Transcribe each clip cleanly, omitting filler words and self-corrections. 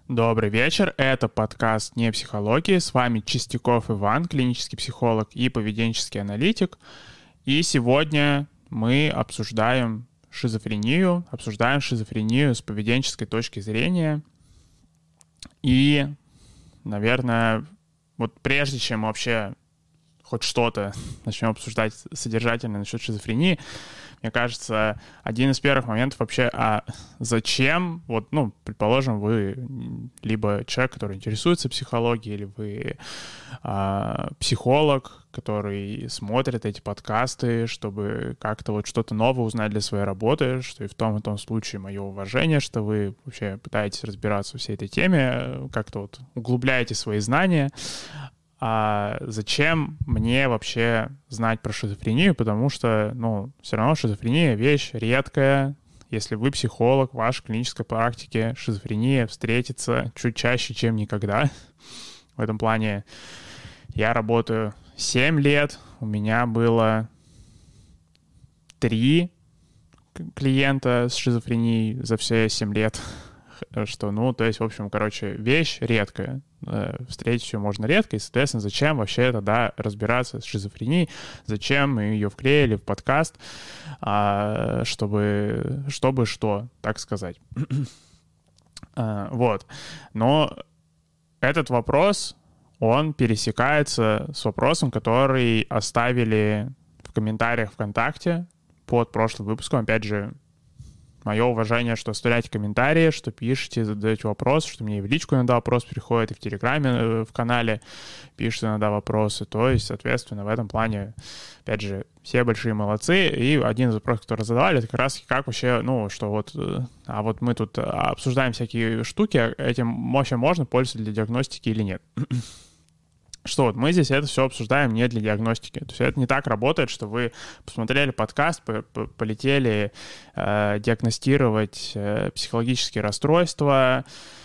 Добрый вечер, это подкаст «Не психологии», с вами Чистяков Иван, клинический психолог и поведенческий аналитик. И сегодня мы обсуждаем шизофрению с поведенческой точки зрения. И, наверное, вот прежде чем вообще хоть что-то начнем обсуждать содержательно насчет шизофрении, мне кажется, один из первых моментов вообще, зачем, предположим, вы либо человек, который интересуется психологией, или вы психолог, который смотрит эти подкасты, чтобы как-то вот что-то новое узнать для своей работы, что и в том случае мое уважение, что вы вообще пытаетесь разбираться во всей этой теме, как-то вот углубляете свои знания. А зачем мне вообще знать про шизофрению? Потому что, все равно шизофрения — вещь редкая. Если вы психолог, в вашей клинической практике шизофрения встретится чуть чаще, чем никогда. В этом плане я работаю 7 лет, у меня было 3 клиента с шизофренией за все 7 лет. Вещь редкая. Встретить ее можно редко, и, соответственно, зачем вообще тогда разбираться с шизофренией, зачем мы ее вклеили в подкаст, чтобы что, так сказать. Но этот вопрос, он пересекается с вопросом, который оставили в комментариях ВКонтакте под прошлым выпуском. Опять же, мое уважение, что оставляете комментарии, что пишете, задаете вопрос, что мне и в личку иногда вопрос приходит, и в Телеграме, в канале пишут иногда вопросы. То есть, соответственно, в этом плане, опять же, все большие молодцы. И один из вопросов, который задавали, это как раз как вообще, мы тут обсуждаем всякие штуки, этим вообще можно пользоваться для диагностики или нет. Что мы здесь это все обсуждаем не для диагностики. То есть это не так работает, что вы посмотрели подкаст, полетели диагностировать психологические расстройства,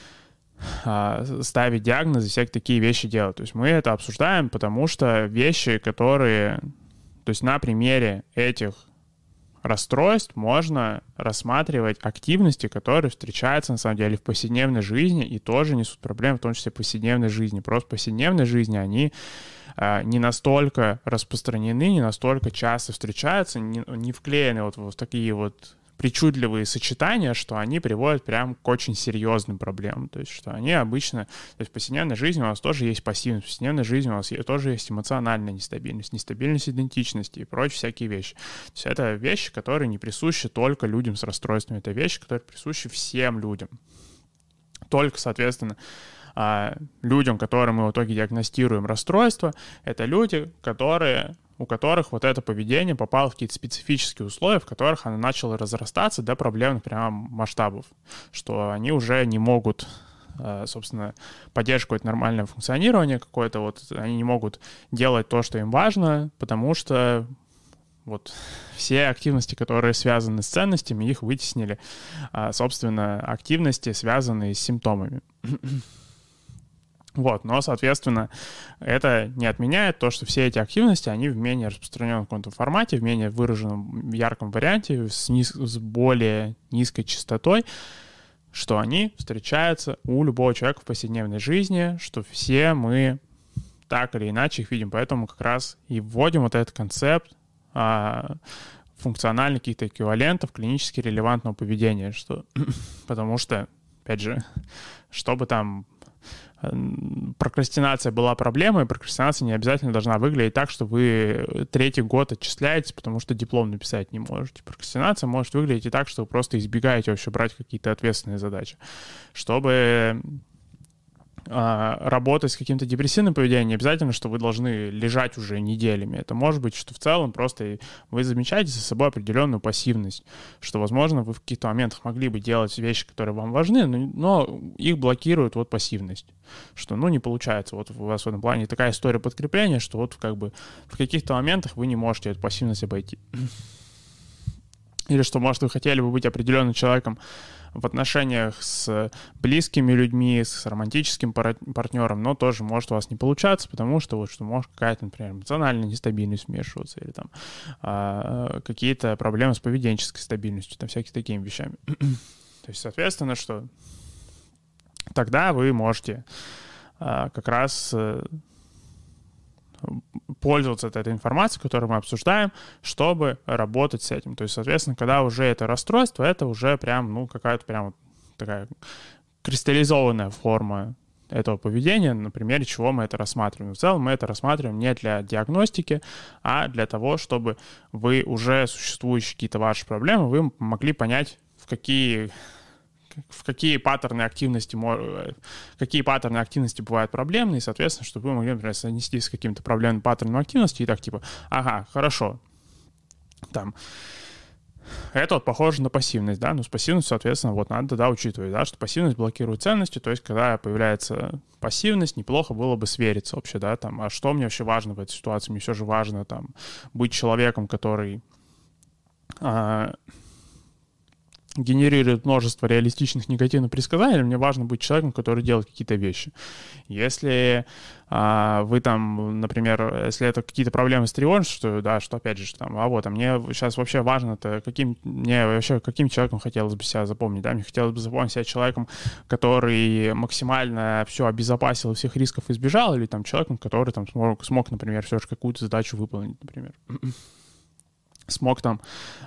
ставить диагнозы, всякие такие вещи делать. То есть мы это обсуждаем, потому что вещи, которые... То есть на примере этих расстройств можно рассматривать активности, которые встречаются, на самом деле, в повседневной жизни и тоже несут проблемы, в том числе в повседневной жизни. Просто в повседневной жизни они не настолько распространены, не настолько часто встречаются, не вклеены вот в такие вот причудливые сочетания, что они приводят прям к очень серьезным проблемам. То есть, что они обычно... То есть в повседневной жизни у нас тоже есть пассивность, в повседневной жизни у нас тоже есть эмоциональная нестабильность, нестабильность идентичности и прочие всякие вещи. То есть это вещи, которые не присущи только людям с расстройствами, это вещи, которые присущи всем людям. Только, соответственно, людям, которым мы в итоге диагностируем расстройство, это люди, у которых вот это поведение попало в какие-то специфические условия, в которых оно начало разрастаться до проблемных прямо масштабов, что они уже не могут, собственно, поддерживать нормальное функционирование какое-то, они не могут делать то, что им важно, потому что все активности, которые связаны с ценностями, их вытеснили, собственно, активности, связанные с симптомами. Но, соответственно, это не отменяет то, что все эти активности, они в менее распространенном каком-то формате, в менее выраженном ярком варианте, с более низкой частотой, что они встречаются у любого человека в повседневной жизни, что все мы так или иначе их видим. Поэтому как раз и вводим вот этот концепт функциональных каких-то эквивалентов клинически релевантного поведения, потому что, опять же, чтобы там прокрастинация была проблемой, прокрастинация не обязательно должна выглядеть так, что вы 3-й год отчисляетесь, потому что диплом написать не можете. Прокрастинация может выглядеть и так, что вы просто избегаете вообще брать какие-то ответственные задачи. Чтобы работать с каким-то депрессивным поведением, не обязательно, что вы должны лежать уже неделями. Это может быть, что в целом просто вы замечаете за собой определенную пассивность, что, возможно, вы в каких-то моментах могли бы делать вещи, которые вам важны, но их блокирует пассивность, что, не получается. У вас в этом плане такая история подкрепления, что в каких-то моментах вы не можете эту пассивность обойти. Или что, может, вы хотели бы быть определенным человеком в отношениях с близкими людьми, с романтическим партнером, но тоже может у вас не получаться, потому что что может какая-то, например, эмоциональная нестабильность вмешиваться или там какие-то проблемы с поведенческой стабильностью, там всякими такими вещами. То есть, соответственно, что тогда вы можете как раз пользоваться этой информацией, которую мы обсуждаем, чтобы работать с этим. То есть, соответственно, когда уже это расстройство, это уже прям, какая-то прям такая кристаллизованная форма этого поведения, на примере чего мы это рассматриваем. В целом мы это рассматриваем не для диагностики, а для того, чтобы вы уже существующие какие-то ваши проблемы, вы могли понять, в какие паттерны активности бывают проблемные, и, соответственно, чтобы вы могли, например, соотнести с каким-то проблемным паттерном активности и так типа, ага, хорошо, там, это вот похоже на пассивность, да, с пассивностью, соответственно, вот надо тогда учитывать, да, что пассивность блокирует ценности, то есть когда появляется пассивность, неплохо было бы свериться вообще, да, там, а что мне вообще важно в этой ситуации, мне все же важно, там, быть человеком, который генерирует множество реалистичных негативных предсказаний, мне важно быть человеком, который делает какие-то вещи. Если вы там, например, если это какие-то проблемы с тревожностью, что опять же, мне сейчас вообще важно-то, каким человеком хотелось бы себя запомнить, да, мне хотелось бы запомнить себя человеком, который максимально все обезопасил, всех рисков избежал, или там человеком, который там смог, например, все же какую-то задачу выполнить, например. Смог там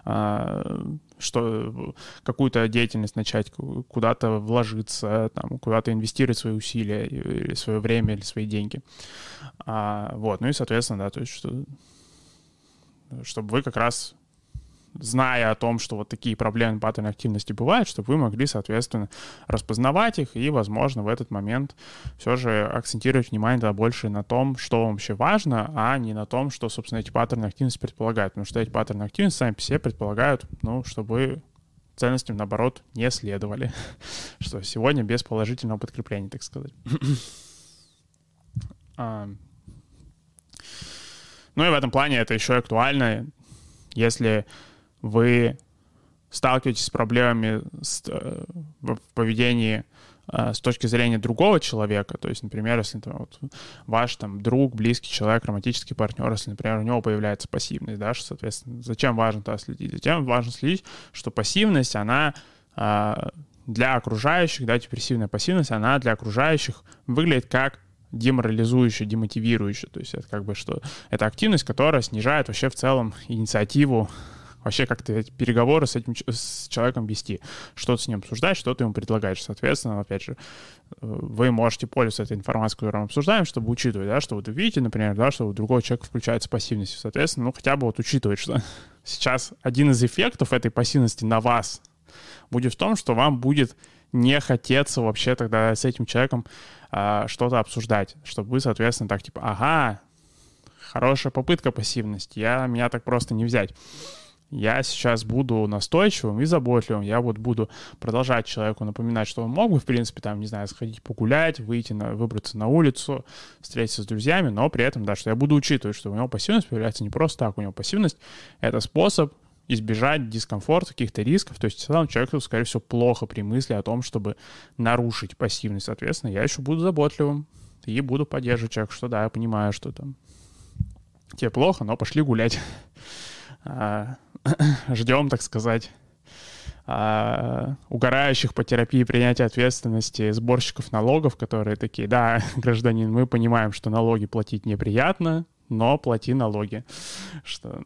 какую-то деятельность начать, куда-то вложиться, там, куда-то инвестировать свои усилия, или свое время, или свои деньги. И, соответственно, да, то есть, чтобы вы как раз, зная о том, что вот такие проблемы паттерны активности бывают, чтобы вы могли, соответственно, распознавать их и, возможно, в этот момент все же акцентировать внимание тогда больше на том, что вам вообще важно, а не на том, что, собственно, эти паттерны активности предполагают. Потому что эти паттерны активности сами по себе предполагают, чтобы ценностям, наоборот, не следовали. Что сегодня без положительного подкрепления, так сказать. И в этом плане это еще актуально, если вы сталкиваетесь с проблемами в поведении с точки зрения другого человека, то есть, например, если ваш друг, близкий человек, романтический партнер, если, например, у него появляется пассивность, да, что, соответственно, зачем важно тогда следить? Затем важно следить, что пассивность, она для окружающих, да, депрессивная пассивность, она для окружающих выглядит как деморализующая, демотивирующая, то есть это что это активность, которая снижает вообще в целом инициативу вообще как-то эти переговоры с человеком вести, что-то с ним обсуждать, что-то ему предлагать. Соответственно, опять же, вы можете пользоваться этой информацией, которую мы обсуждаем, чтобы учитывать, да, что вы видите, например, да, что у другого человека включается пассивность. Соответственно, хотя бы учитывать, что сейчас один из эффектов этой пассивности на вас будет в том, что вам будет не хотеться вообще тогда с этим человеком что-то обсуждать, чтобы вы, соответственно, так ага, хорошая попытка пассивности, меня так просто не взять. Я сейчас буду настойчивым и заботливым. Я буду продолжать человеку напоминать, что он мог бы, в принципе, сходить погулять, выбраться на улицу, встретиться с друзьями, но при этом, да, что я буду учитывать, что у него пассивность появляется не просто так. У него пассивность — это способ избежать дискомфорта, каких-то рисков. То есть, в целом, человеку, скорее всего, плохо при мысли о том, чтобы нарушить пассивность. Соответственно, я еще буду заботливым и буду поддерживать человека, что да, я понимаю, что тебе плохо, но пошли гулять. Ждем, так сказать, угорающих по терапии принятия ответственности сборщиков налогов, которые такие: да, гражданин, мы понимаем, что налоги платить неприятно, но плати налоги. Что...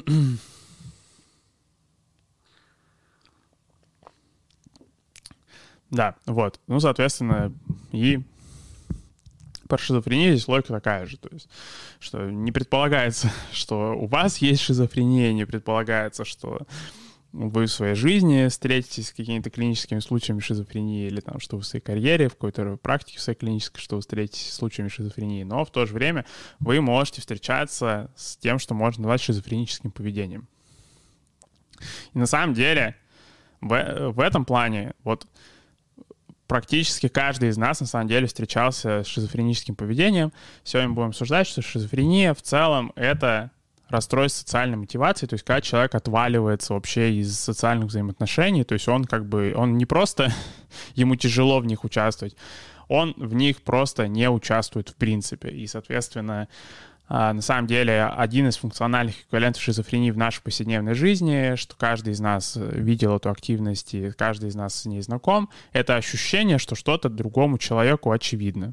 Да, соответственно, и по шизофрении здесь логика такая же, то есть, что не предполагается, что у вас есть шизофрения, не предполагается, что вы в своей жизни встретитесь с какими-то клиническими случаями шизофрении, или что вы в своей карьере, в какой-то практике в своей клинической, что вы встретитесь с случаями шизофрении, но в то же время вы можете встречаться с тем, что можно назвать шизофреническим поведением. И на самом деле в этом плане практически каждый из нас, на самом деле, встречался с шизофреническим поведением. Сегодня мы будем обсуждать, что шизофрения в целом — это расстройство социальной мотивации, то есть когда человек отваливается вообще из социальных взаимоотношений, то есть он не просто, ему тяжело в них участвовать, он в них просто не участвует в принципе. И, соответственно, на самом деле один из функциональных эквивалентов шизофрении в нашей повседневной жизни, что каждый из нас видел эту активность и каждый из нас с ней знаком, это ощущение, что что-то другому человеку очевидно.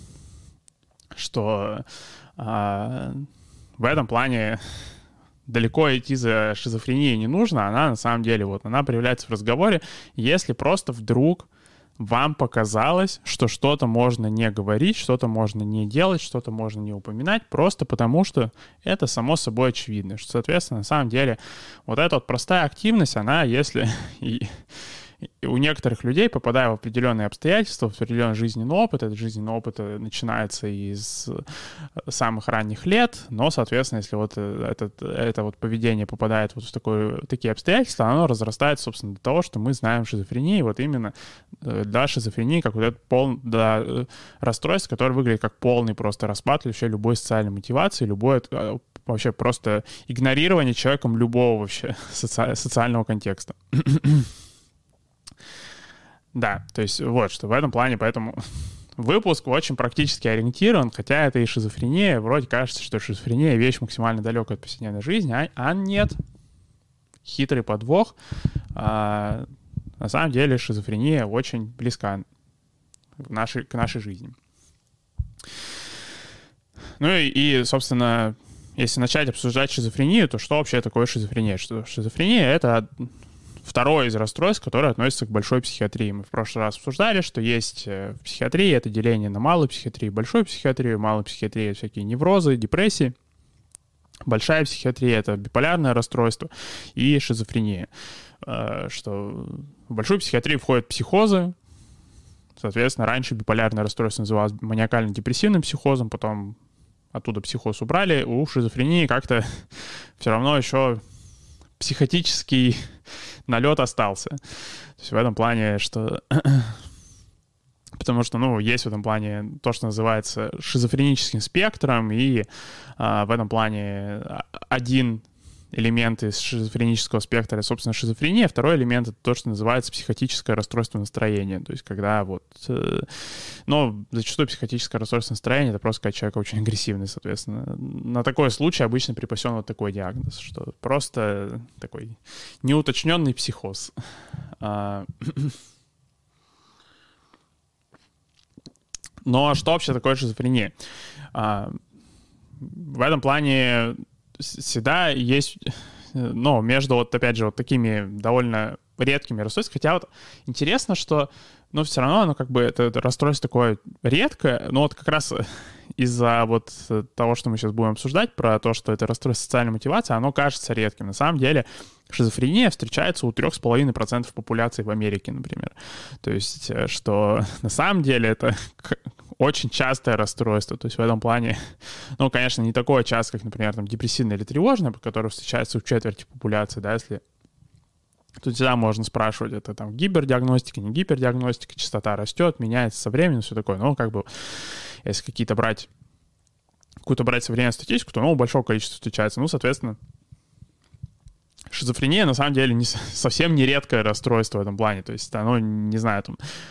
Что в этом плане далеко идти за шизофренией не нужно, она на самом деле вот она проявляется в разговоре, если просто вдруг вам показалось, что что-то можно не говорить, что-то можно не делать, что-то можно не упоминать, просто потому что это само собой очевидно. Что, соответственно, на самом деле вот эта вот простая активность, она, если и у некоторых людей, попадая в определенные обстоятельства, в определенный жизненный опыт, этот жизненный опыт начинается из самых ранних лет, но, соответственно, если вот это вот поведение попадает вот в такие обстоятельства, оно разрастается, собственно, до того, что мы знаем шизофрению, вот именно для шизофрении, как вот это расстройство, которое выглядит как полный просто распад вообще любой социальной мотивации, любое вообще просто игнорирование человеком любого вообще социального контекста. Да, то есть вот, что в этом плане, поэтому выпуск очень практически ориентирован, хотя это и шизофрения, вроде кажется, что шизофрения — вещь максимально далекая от повседневной жизни, а нет. Хитрый подвох. На самом деле шизофрения очень близка к нашей жизни. Ну и, собственно, если начать обсуждать шизофрению, то что вообще такое шизофрения? Что шизофрения — это второе из расстройств, которое относится к большой психиатрии. Мы в прошлый раз обсуждали, что есть в психиатрии это деление на малую психиатрию, большую психиатрию. Малая психиатрия — это всякие неврозы, депрессии. Большая психиатрия — это биполярное расстройство и шизофрения. Что в большую психиатрию входят психозы. Соответственно, раньше биполярное расстройство называлось маниакально-депрессивным психозом, потом оттуда психоз убрали. У шизофрении как-то все равно еще психотический налет остался. То есть в этом плане, что... Потому что, есть в этом плане то, что называется шизофреническим спектром, и в этом плане один элемент из шизофренического спектра — собственно, шизофрения, второй элемент — это то, что называется психотическое расстройство настроения. То есть когда зачастую психотическое расстройство настроения — это просто когда человек очень агрессивный, соответственно. На такой случай обычно припасен вот такой диагноз, что просто такой неуточненный психоз. Но что вообще такое шизофрения? В этом плане всегда есть, между опять же, такими довольно редкими расстройствами. Хотя интересно, что, все равно оно это расстройство такое редкое, но как раз из-за того, что мы сейчас будем обсуждать, про то, что это расстройство социальной мотивации, оно кажется редким. На самом деле шизофрения встречается у 3,5% популяции в Америке, например. То есть, что на самом деле это очень частое расстройство. То есть в этом плане, конечно, не такое часто, как, например, депрессивное или тревожное, которое встречается у четверти популяции, да, если... Тут всегда можно спрашивать, это гипердиагностика, не гипердиагностика, частота растет, меняется со временем, все такое. Если какую-то брать современную статистику, то, большого количества встречается. Соответственно, шизофрения, на самом деле, совсем не редкое расстройство в этом плане. То есть оно, не знаю,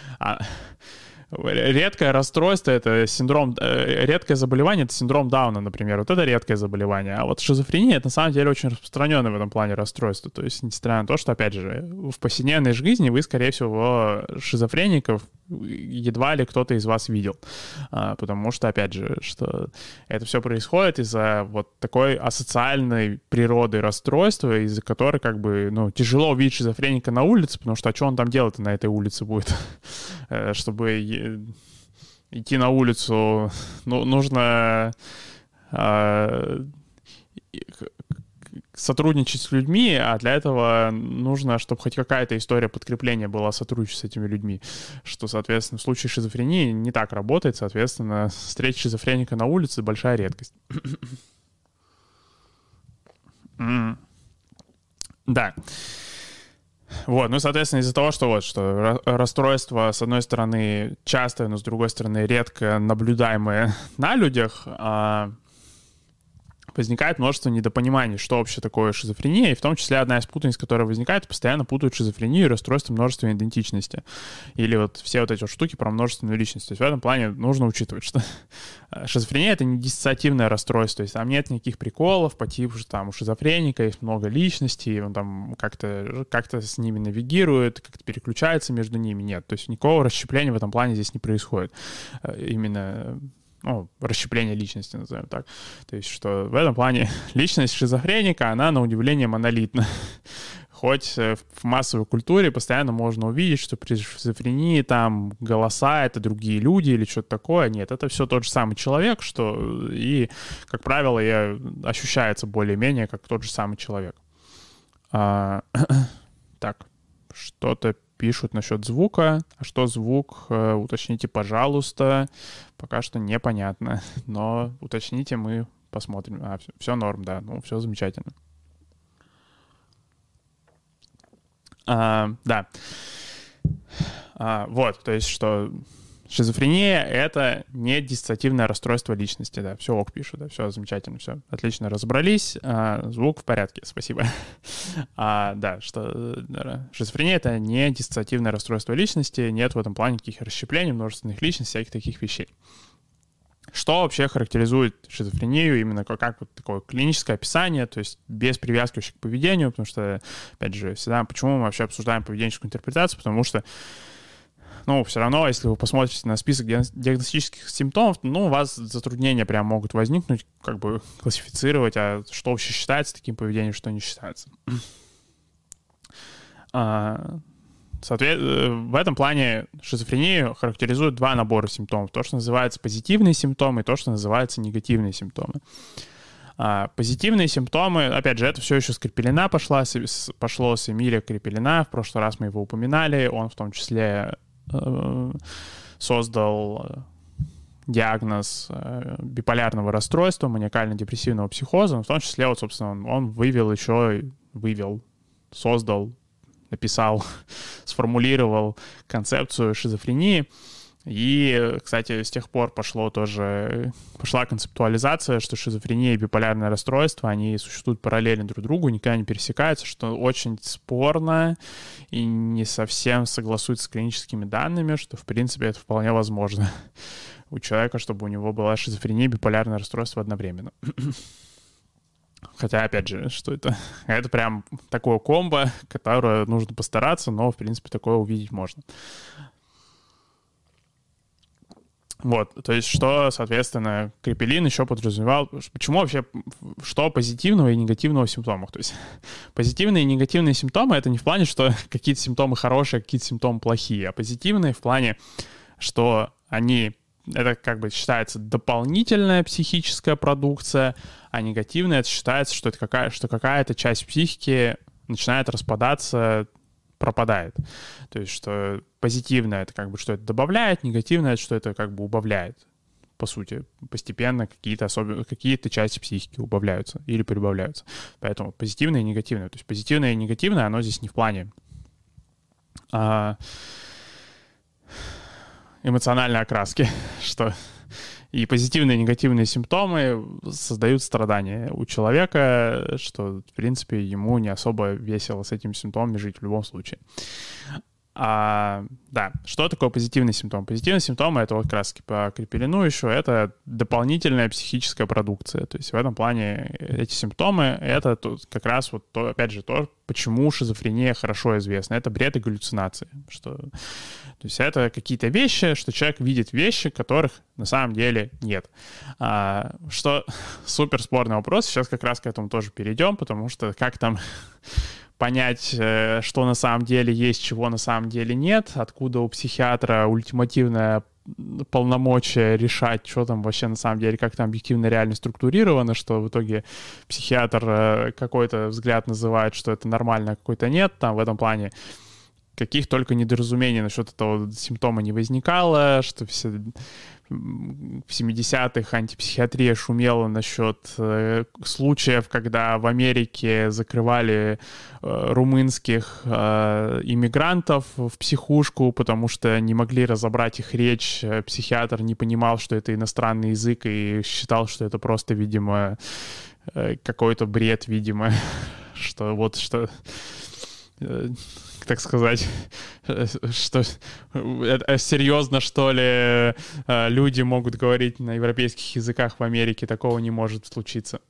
редкое расстройство — это редкое заболевание — это синдром Дауна, например. Вот это редкое заболевание. А шизофрения — это на самом деле очень распространенное в этом плане расстройство. То есть, несмотря на то, что, опять же, в повседневной жизни вы, скорее всего, шизофреников едва ли кто-то из вас видел. Потому что, опять же, что это все происходит из-за такой асоциальной природы расстройства, из-за которой тяжело увидеть шизофреника на улице, потому что что он там делать на этой улице будет? Чтобы идти на улицу, нужно сотрудничать с людьми, а для этого нужно, чтобы хоть какая-то история подкрепления была сотрудничать с этими людьми, что, соответственно, в случае шизофрении не так работает, соответственно, встреча шизофреника на улице — большая редкость. Да. Соответственно, из-за того, что расстройство, с одной стороны, частое, но с другой стороны, редко наблюдаемое на людях, возникает множество недопониманий, что вообще такое шизофрения, и в том числе одна из путаниц, которая возникает, постоянно путают шизофрению и расстройство множественной идентичности. Или вот все вот эти вот штуки про множественную личность. То есть в этом плане нужно учитывать, что шизофрения — это не диссоциативное расстройство, то есть там нет никаких приколов по типу, что там у шизофреника есть много личностей, он там как-то с ними навигирует, как-то переключается между ними. Нет, то есть никакого расщепления в этом плане здесь не происходит. Именно... расщепление личности, назовем так. То есть, что в этом плане личность шизофреника, она, на удивление, монолитна. Хоть в массовой культуре постоянно можно увидеть, что при шизофрении там голоса — это другие люди или что-то такое. Нет, это все тот же самый человек, что и, как правило, и ощущается более-менее как тот же самый человек. Так, что-то пишут насчет звука. А что звук? Уточните, пожалуйста. Пока что непонятно. Но уточните, мы посмотрим. Все норм, да. Ну, все замечательно. Да. Вот, то есть, что шизофрения — это не диссоциативное расстройство личности, да, все ок пишут, да, все замечательно, все, отлично разобрались, звук в порядке, спасибо. Да, что шизофрения — это не диссоциативное расстройство личности, нет в этом плане никаких расщеплений, множественных личностей, всяких таких вещей. Что вообще характеризует шизофрению, именно как вот такое клиническое описание, то есть без привязки вообще к поведению, потому что, опять же, всегда, почему мы вообще обсуждаем поведенческую интерпретацию, потому что все равно, если вы посмотрите на список диагностических симптомов, у вас затруднения прям могут возникнуть, как бы классифицировать, что вообще считается таким поведением, что не считается. В этом плане шизофрению характеризуют два набора симптомов. То, что называется позитивные симптомы, и то, что называется негативные симптомы. Позитивные симптомы, опять же, это все еще с Крепелина пошло с Эмиля Крепелина. В прошлый раз мы его упоминали. Он в том числе создал диагноз биполярного расстройства, маниакально-депрессивного психоза. В том числе, вот, собственно, он создал, написал, сформулировал концепцию шизофрении. И, кстати, с тех пор пошла концептуализация, что шизофрения и биполярное расстройство, они существуют параллельно друг другу, никогда не пересекаются, что очень спорно и не совсем согласуется с клиническими данными, что, в принципе, это вполне возможно у человека, чтобы у него была шизофрения и биполярное расстройство одновременно. Хотя, опять же, что это? Это прям такое комбо, которое нужно постараться, но, в принципе, такое увидеть можно. Вот, то есть что, соответственно, Крепелин еще подразумевал, почему вообще, что позитивного и негативного в симптомах. То есть позитивные и негативные симптомы — это не в плане, что какие-то симптомы хорошие, а какие-то симптомы плохие, а позитивные в плане, что это как бы считается дополнительная психическая продукция, а негативная — это считается, что какая-то часть психики начинает распадаться, пропадает. То есть, что позитивное — это как бы, что это добавляет, негативное — это что это как бы убавляет. По сути, постепенно какие-то части психики убавляются или прибавляются. Поэтому позитивное и негативное. То есть позитивное и негативное, оно здесь не в плане эмоциональной окраски, что и позитивные и негативные симптомы создают страдания у человека, что, в принципе, ему не особо весело с этими симптомами жить в любом случае. Да, что такое позитивный симптом? Позитивные симптомы — это вот как раз по Крепелину еще, это дополнительная психическая продукция. То есть в этом плане эти симптомы — это как раз вот то, опять же, то, почему шизофрения хорошо известна. Это бред и галлюцинации. То есть это какие-то вещи, что человек видит вещи, которых на самом деле нет. Что супер спорный вопрос. Сейчас как раз к этому тоже перейдем, потому что как там понять, что на самом деле есть, чего на самом деле нет, откуда у психиатра ультимативное полномочия решать, что там вообще на самом деле, как там объективно реально структурировано, что в итоге психиатр какой-то взгляд называет, что это нормально, а какой-то нет. Там в этом плане каких только недоразумений насчет этого симптома не возникало, что в 70-х антипсихиатрия шумела насчет случаев, когда в Америке закрывали румынских иммигрантов в психушку, потому что не могли разобрать их речь. Психиатр не понимал, что это иностранный язык, и считал, что это просто, видимо, какой-то бред, видимо, что вот что... так сказать, что серьезно, что ли, люди могут говорить на европейских языках в Америке, такого не может случиться.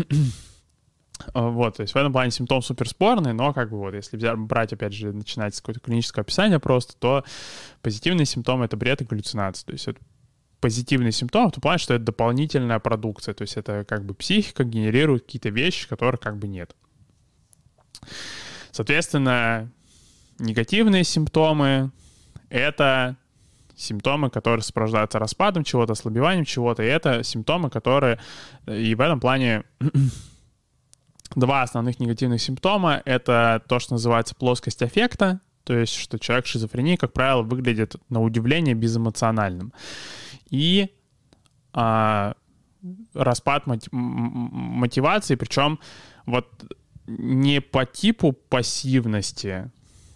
Вот, то есть в этом плане симптом суперспорный, но как бы вот, если брать, опять же, начинать с какого-то клинического описания просто, то позитивные симптомы — это бред и галлюцинации. То есть это позитивный симптом в том плане, что это дополнительная продукция, то есть это как бы психика генерирует какие-то вещи, которых как бы нет. Соответственно, негативные симптомы — это симптомы, которые сопровождаются распадом чего-то, ослабеванием чего-то, и это симптомы, которые... И в этом плане два основных негативных симптома — это то, что называется плоскость аффекта, то есть что человек с шизофренией, как правило, выглядит на удивление безэмоциональным. И распад мотивации, причем вот не по типу пассивности,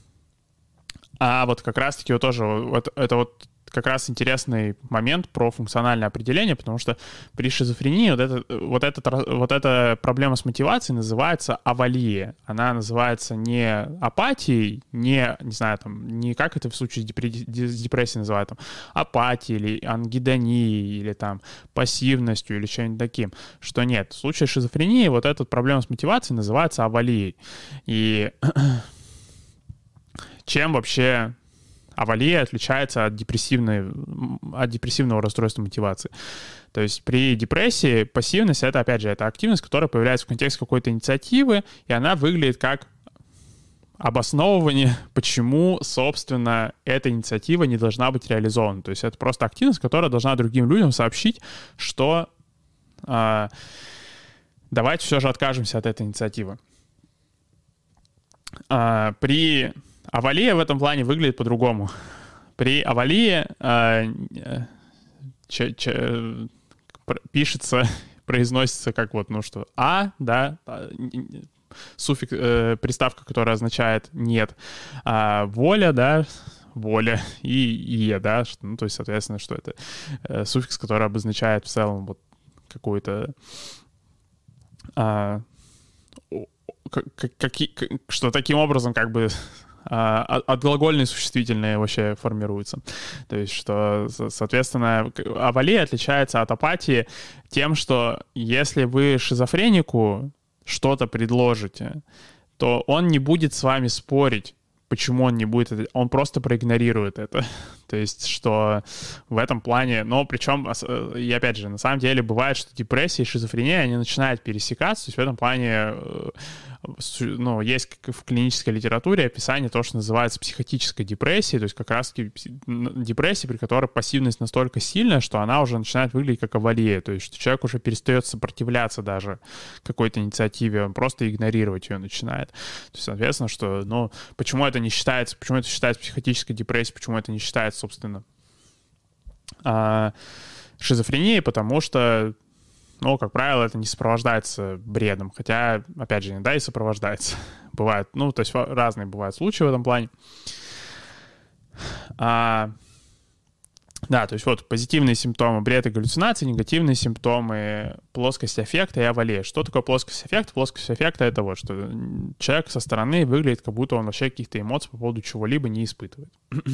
а вот как раз-таки вот тоже вот, это вот как раз интересный момент про функциональное определение, потому что при шизофрении вот эта проблема с мотивацией называется авалия. Она называется не апатией, не знаю, там, не как это в случае с депрессией называют, там, апатией или ангидонией, или там пассивностью, или чем-нибудь таким, что нет. В случае шизофрении вот эта проблема с мотивацией называется авалией. И чем вообще авалия отличается от депрессивного расстройства мотивации? То есть при депрессии пассивность — это, опять же, это активность, которая появляется в контексте какой-то инициативы, и она выглядит как обосновывание, почему, собственно, эта инициатива не должна быть реализована. То есть это просто активность, которая должна другим людям сообщить, что давайте все же откажемся от этой инициативы. При авалия в этом плане выглядит по-другому. При авалии пишется, произносится как вот, ну что, да, суффикс, приставка, которая означает «нет», воля, да, воля и да, ну, то есть, соответственно, что это суффикс, который обозначает в целом вот какую-то что таким образом как бы отглагольные существительные вообще формируются. То есть, что, соответственно, авалия отличается от апатии тем, что если вы шизофренику что-то предложите, то он не будет с вами спорить. Почему он не будет это? Он просто проигнорирует это. То есть, что в этом плане... Но причем, и опять же, на самом деле бывает, что депрессия и шизофрения, они начинают пересекаться. То есть в этом плане, ну, есть в клинической литературе описание того, что называется психотической депрессией. То есть как раз-таки депрессия, при которой пассивность настолько сильная, что она уже начинает выглядеть как авалия. То есть что человек уже перестает сопротивляться даже какой-то инициативе, он просто игнорировать ее начинает. То есть, соответственно, что, ну, почему это не считается, почему это считается психотической депрессией, почему это не считается, собственно, шизофренией, потому что, ну, как правило, это не сопровождается бредом, хотя, опять же, иногда и сопровождается. Бывает, ну, то есть разные бывают случаи в этом плане. Да, то есть вот позитивные симптомы бред и галлюцинации, негативные симптомы плоскость аффекта и авалия. Что такое плоскость аффекта? Плоскость аффекта — это вот, что человек со стороны выглядит, как будто он вообще каких-то эмоций по поводу чего-либо не испытывает.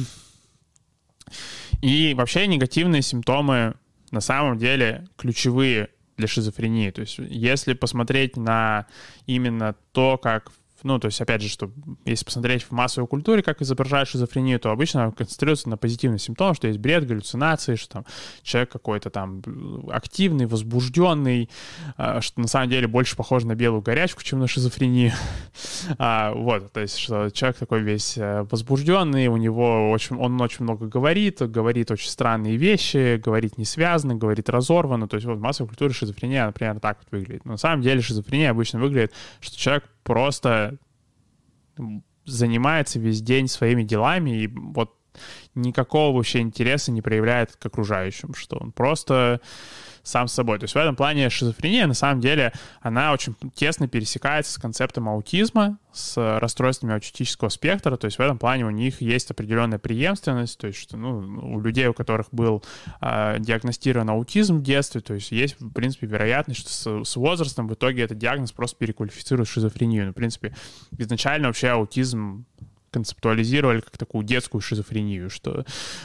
И вообще негативные симптомы на самом деле ключевые для шизофрении. То есть если посмотреть на именно то, как... Ну, то есть, опять же, что если посмотреть в массовой культуре, как изображают шизофрению, то обычно концентрируется на позитивных симптомах, что есть бред, галлюцинации, что там человек какой-то там активный, возбужденный, что на самом деле больше похож на белую горячку, чем на шизофрению. Вот, то есть, что человек такой весь возбужденный, он очень много говорит очень странные вещи, говорит несвязно, говорит разорванно. То есть, вот в массовой культуре шизофрения, например, так вот выглядит. Но на самом деле шизофрения обычно выглядит, что человек просто занимается весь день своими делами, и вот никакого вообще интереса не проявляет к окружающим, что он просто сам с собой. То есть в этом плане шизофрения, на самом деле, она очень тесно пересекается с концептом аутизма, с расстройствами аутистического спектра. То есть в этом плане у них есть определенная преемственность, то есть что, у людей, у которых был диагностирован аутизм в детстве, то есть есть, в принципе, вероятность, что с возрастом в итоге этот диагноз просто переквалифицирует в шизофрению. Ну, в принципе, изначально вообще аутизм концептуализировали как такую детскую шизофрению, что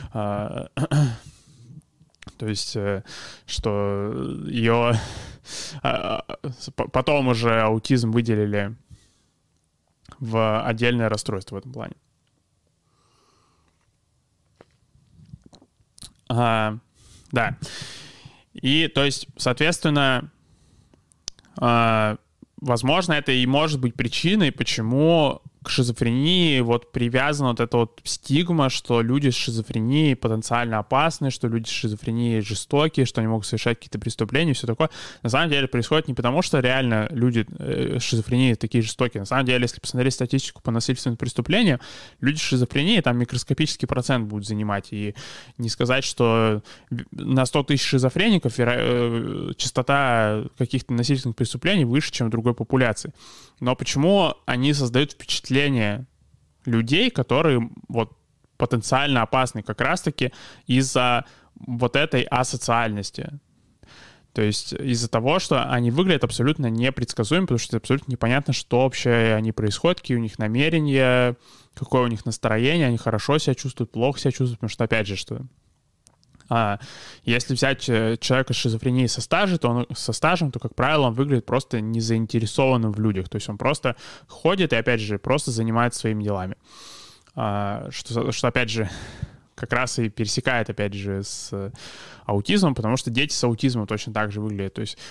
то есть, что ее потом уже аутизм выделили в отдельное расстройство в этом плане. Да. И, то есть, соответственно, возможно, это и может быть причиной, почему к шизофрении вот привязана вот эта вот стигма, что люди с шизофренией потенциально опасны, что люди с шизофренией жестокие, что они могут совершать какие-то преступления, все такое. На самом деле происходит не потому, что реально люди с шизофренией такие жестокие. На самом деле, если посмотреть статистику по насильственным преступлениям, люди с шизофренией там микроскопический процент будут занимать. И не сказать, что на 100 тысяч шизофреников частота каких-то насильственных преступлений выше, чем в другой популяции. Но почему они создают впечатление людей, которые вот потенциально опасны как раз-таки из-за вот этой асоциальности? То есть из-за того, что они выглядят абсолютно непредсказуемо, потому что абсолютно непонятно, что вообще они происходят, какие у них намерения, какое у них настроение, они хорошо себя чувствуют, плохо себя чувствуют, потому что, опять же, что если взять человека с шизофренией со стажем, то, как правило, он выглядит просто незаинтересованным в людях. То есть он просто ходит и, опять же, просто занимается своими делами. Что опять же, как раз и пересекает, опять же, с аутизмом, потому что дети с аутизмом точно так же выглядят. То есть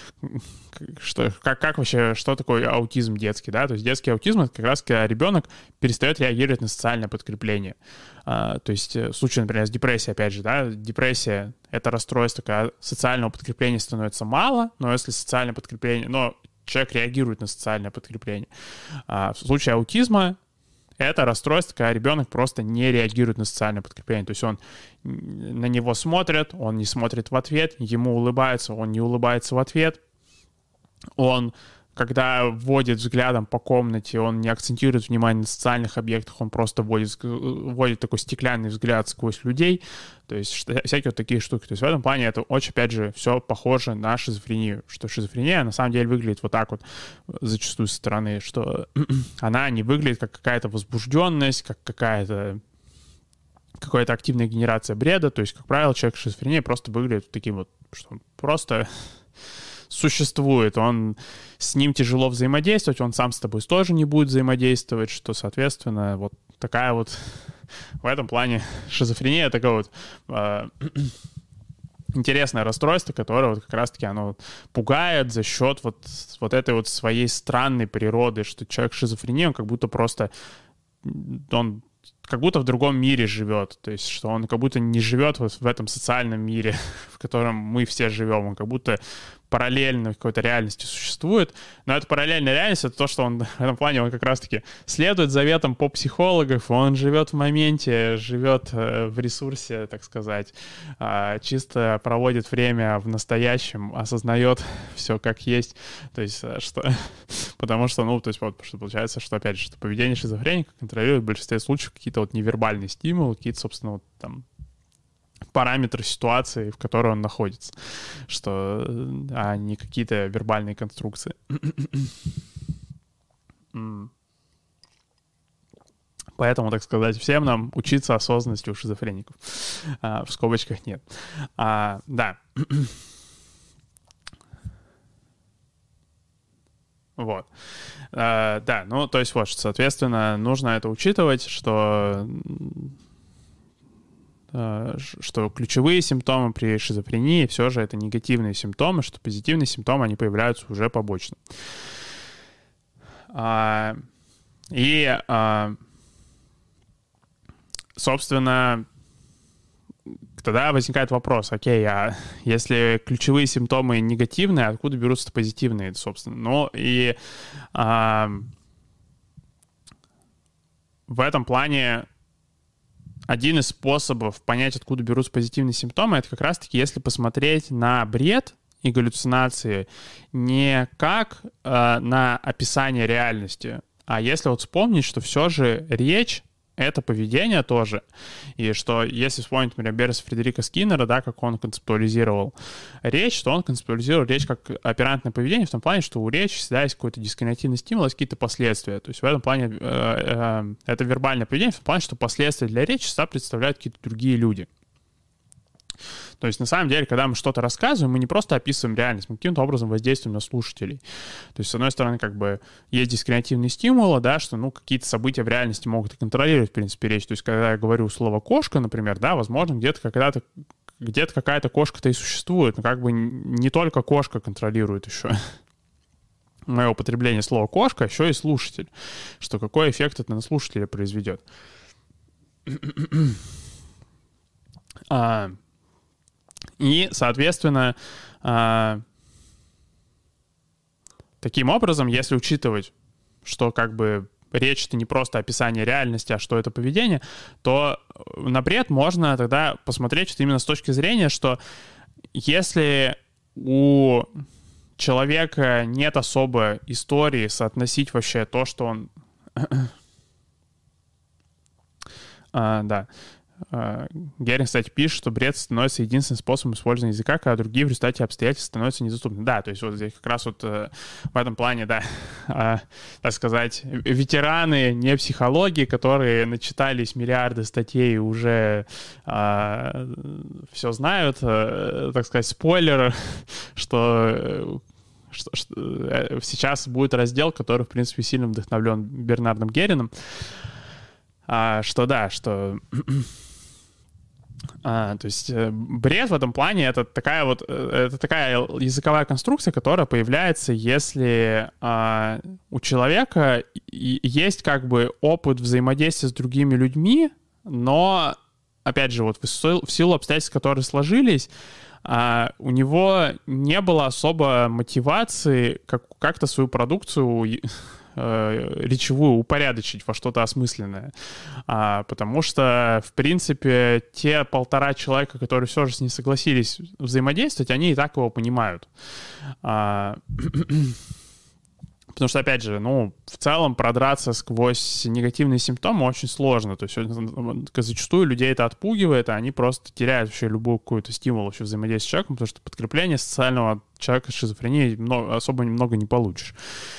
как вообще, что такое аутизм детский, да? То есть детский аутизм — это как раз когда ребенок перестает реагировать на социальное подкрепление. То есть в случае, например, с депрессией, опять же, да, депрессия — это расстройство, когда социального подкрепления становится мало, но если социальное подкрепление, но человек реагирует на социальное подкрепление. В случае аутизма это расстройство, когда ребенок просто не реагирует на социальное подкрепление. То есть он на него смотрит, он не смотрит в ответ, ему улыбаются, он не улыбается в ответ. Он, когда водит взглядом по комнате, он не акцентирует внимание на социальных объектах, он просто вводит такой стеклянный взгляд сквозь людей. То есть всякие вот такие штуки. То есть в этом плане это очень, опять же, все похоже на шизофрению. Что шизофрения на самом деле выглядит вот так вот зачастую со стороны, что она не выглядит как какая-то возбужденность, как какая-то активная генерация бреда. То есть, как правило, человек с шизофренией просто выглядит таким вот, что он просто существует, с ним тяжело взаимодействовать, он сам с тобой тоже не будет взаимодействовать, что, соответственно, вот такая вот в этом плане шизофрения такое вот интересное расстройство, которое вот как раз-таки оно пугает за счет вот этой вот своей странной природы, что человек с шизофренией, он как будто просто, он как будто в другом мире живет, то есть что он как будто не живет вот в этом социальном мире, в котором мы все живем, он как будто параллельно в какой-то реальности существует, но эта параллельная реальность — это то, что он в этом плане, он как раз-таки следует заветам поп-психологов, он живет в моменте, живет в ресурсе, так сказать, чисто проводит время в настоящем, осознает все как есть, то есть что, потому что, то есть вот, что получается, что, опять же, что поведение шизофреника контролирует в большинстве случаев какие-то вот невербальные стимулы, какие-то, собственно, вот там параметры ситуации, в которой он находится, а не какие-то вербальные конструкции. Поэтому, так сказать, всем нам учиться осознанности у шизофреников. В скобочках нет. Да. Вот. Да, то есть вот, соответственно, нужно это учитывать, что ключевые симптомы при шизофрении все же это негативные симптомы, что позитивные симптомы, они появляются уже побочно. Собственно, тогда возникает вопрос, окей, а если ключевые симптомы негативные, откуда берутся позитивные, собственно? В этом плане один из способов понять, откуда берутся позитивные симптомы, это как раз-таки если посмотреть на бред и галлюцинации не как на описание реальности, а если вот вспомнить, что все же речь — это поведение тоже. И что если вспомнить, например, Бернса Фредерика Скиннера, да, как он концептуализировал речь, то он концептуализировал речь как оперантное поведение в том плане, что у речи всегда есть какой-то дискриминативный стимул, есть какие-то последствия. То есть в этом плане это вербальное поведение в том плане, что последствия для речи всегда представляют какие-то другие люди. То есть, на самом деле, когда мы что-то рассказываем, мы не просто описываем реальность, мы каким-то образом воздействуем на слушателей. То есть, с одной стороны, как бы есть дискриминативные стимулы, да, что, ну, какие-то события в реальности могут и контролировать, в принципе, речь. То есть, когда я говорю слово «кошка», например, да, возможно, где-то какая-то кошка-то и существует, но как бы не только кошка контролирует еще мое употребление слова «кошка», а еще и слушатель. Что какой эффект это на слушателя произведет. И, соответственно, таким образом, если учитывать, что как бы речь — это не просто описание реальности, а что это поведение, то на бред можно тогда посмотреть что именно с точки зрения, что если у человека нет особо истории соотносить вообще то, что он... Да. Геринг, кстати, пишет, что бред становится единственным способом использования языка, когда другие в результате обстоятельств становятся недоступны. Да, то есть вот здесь как раз вот в этом плане, да, так сказать, ветераны не психологии, которые начитались миллиарды статей и уже все знают, так сказать, спойлер, что сейчас будет раздел, который, в принципе, сильно вдохновлен Бернардом Герином, что да, что... То есть бред в этом плане — это такая языковая конструкция, которая появляется, если у человека есть как бы опыт взаимодействия с другими людьми, но, опять же, вот в силу обстоятельств, которые сложились, у него не было особо мотивации как-то свою продукцию речевую упорядочить во что-то осмысленное. Потому что, в принципе, те 1,5 человека, которые все же с ним согласились взаимодействовать, они и так его понимают. Потому что, опять же, ну, в целом продраться сквозь негативные симптомы очень сложно. То есть зачастую людей это отпугивает, а они просто теряют вообще любую какую-то стимул вообще взаимодействия с человеком, потому что подкрепление социального от человека с шизофренией особо немного не получишь.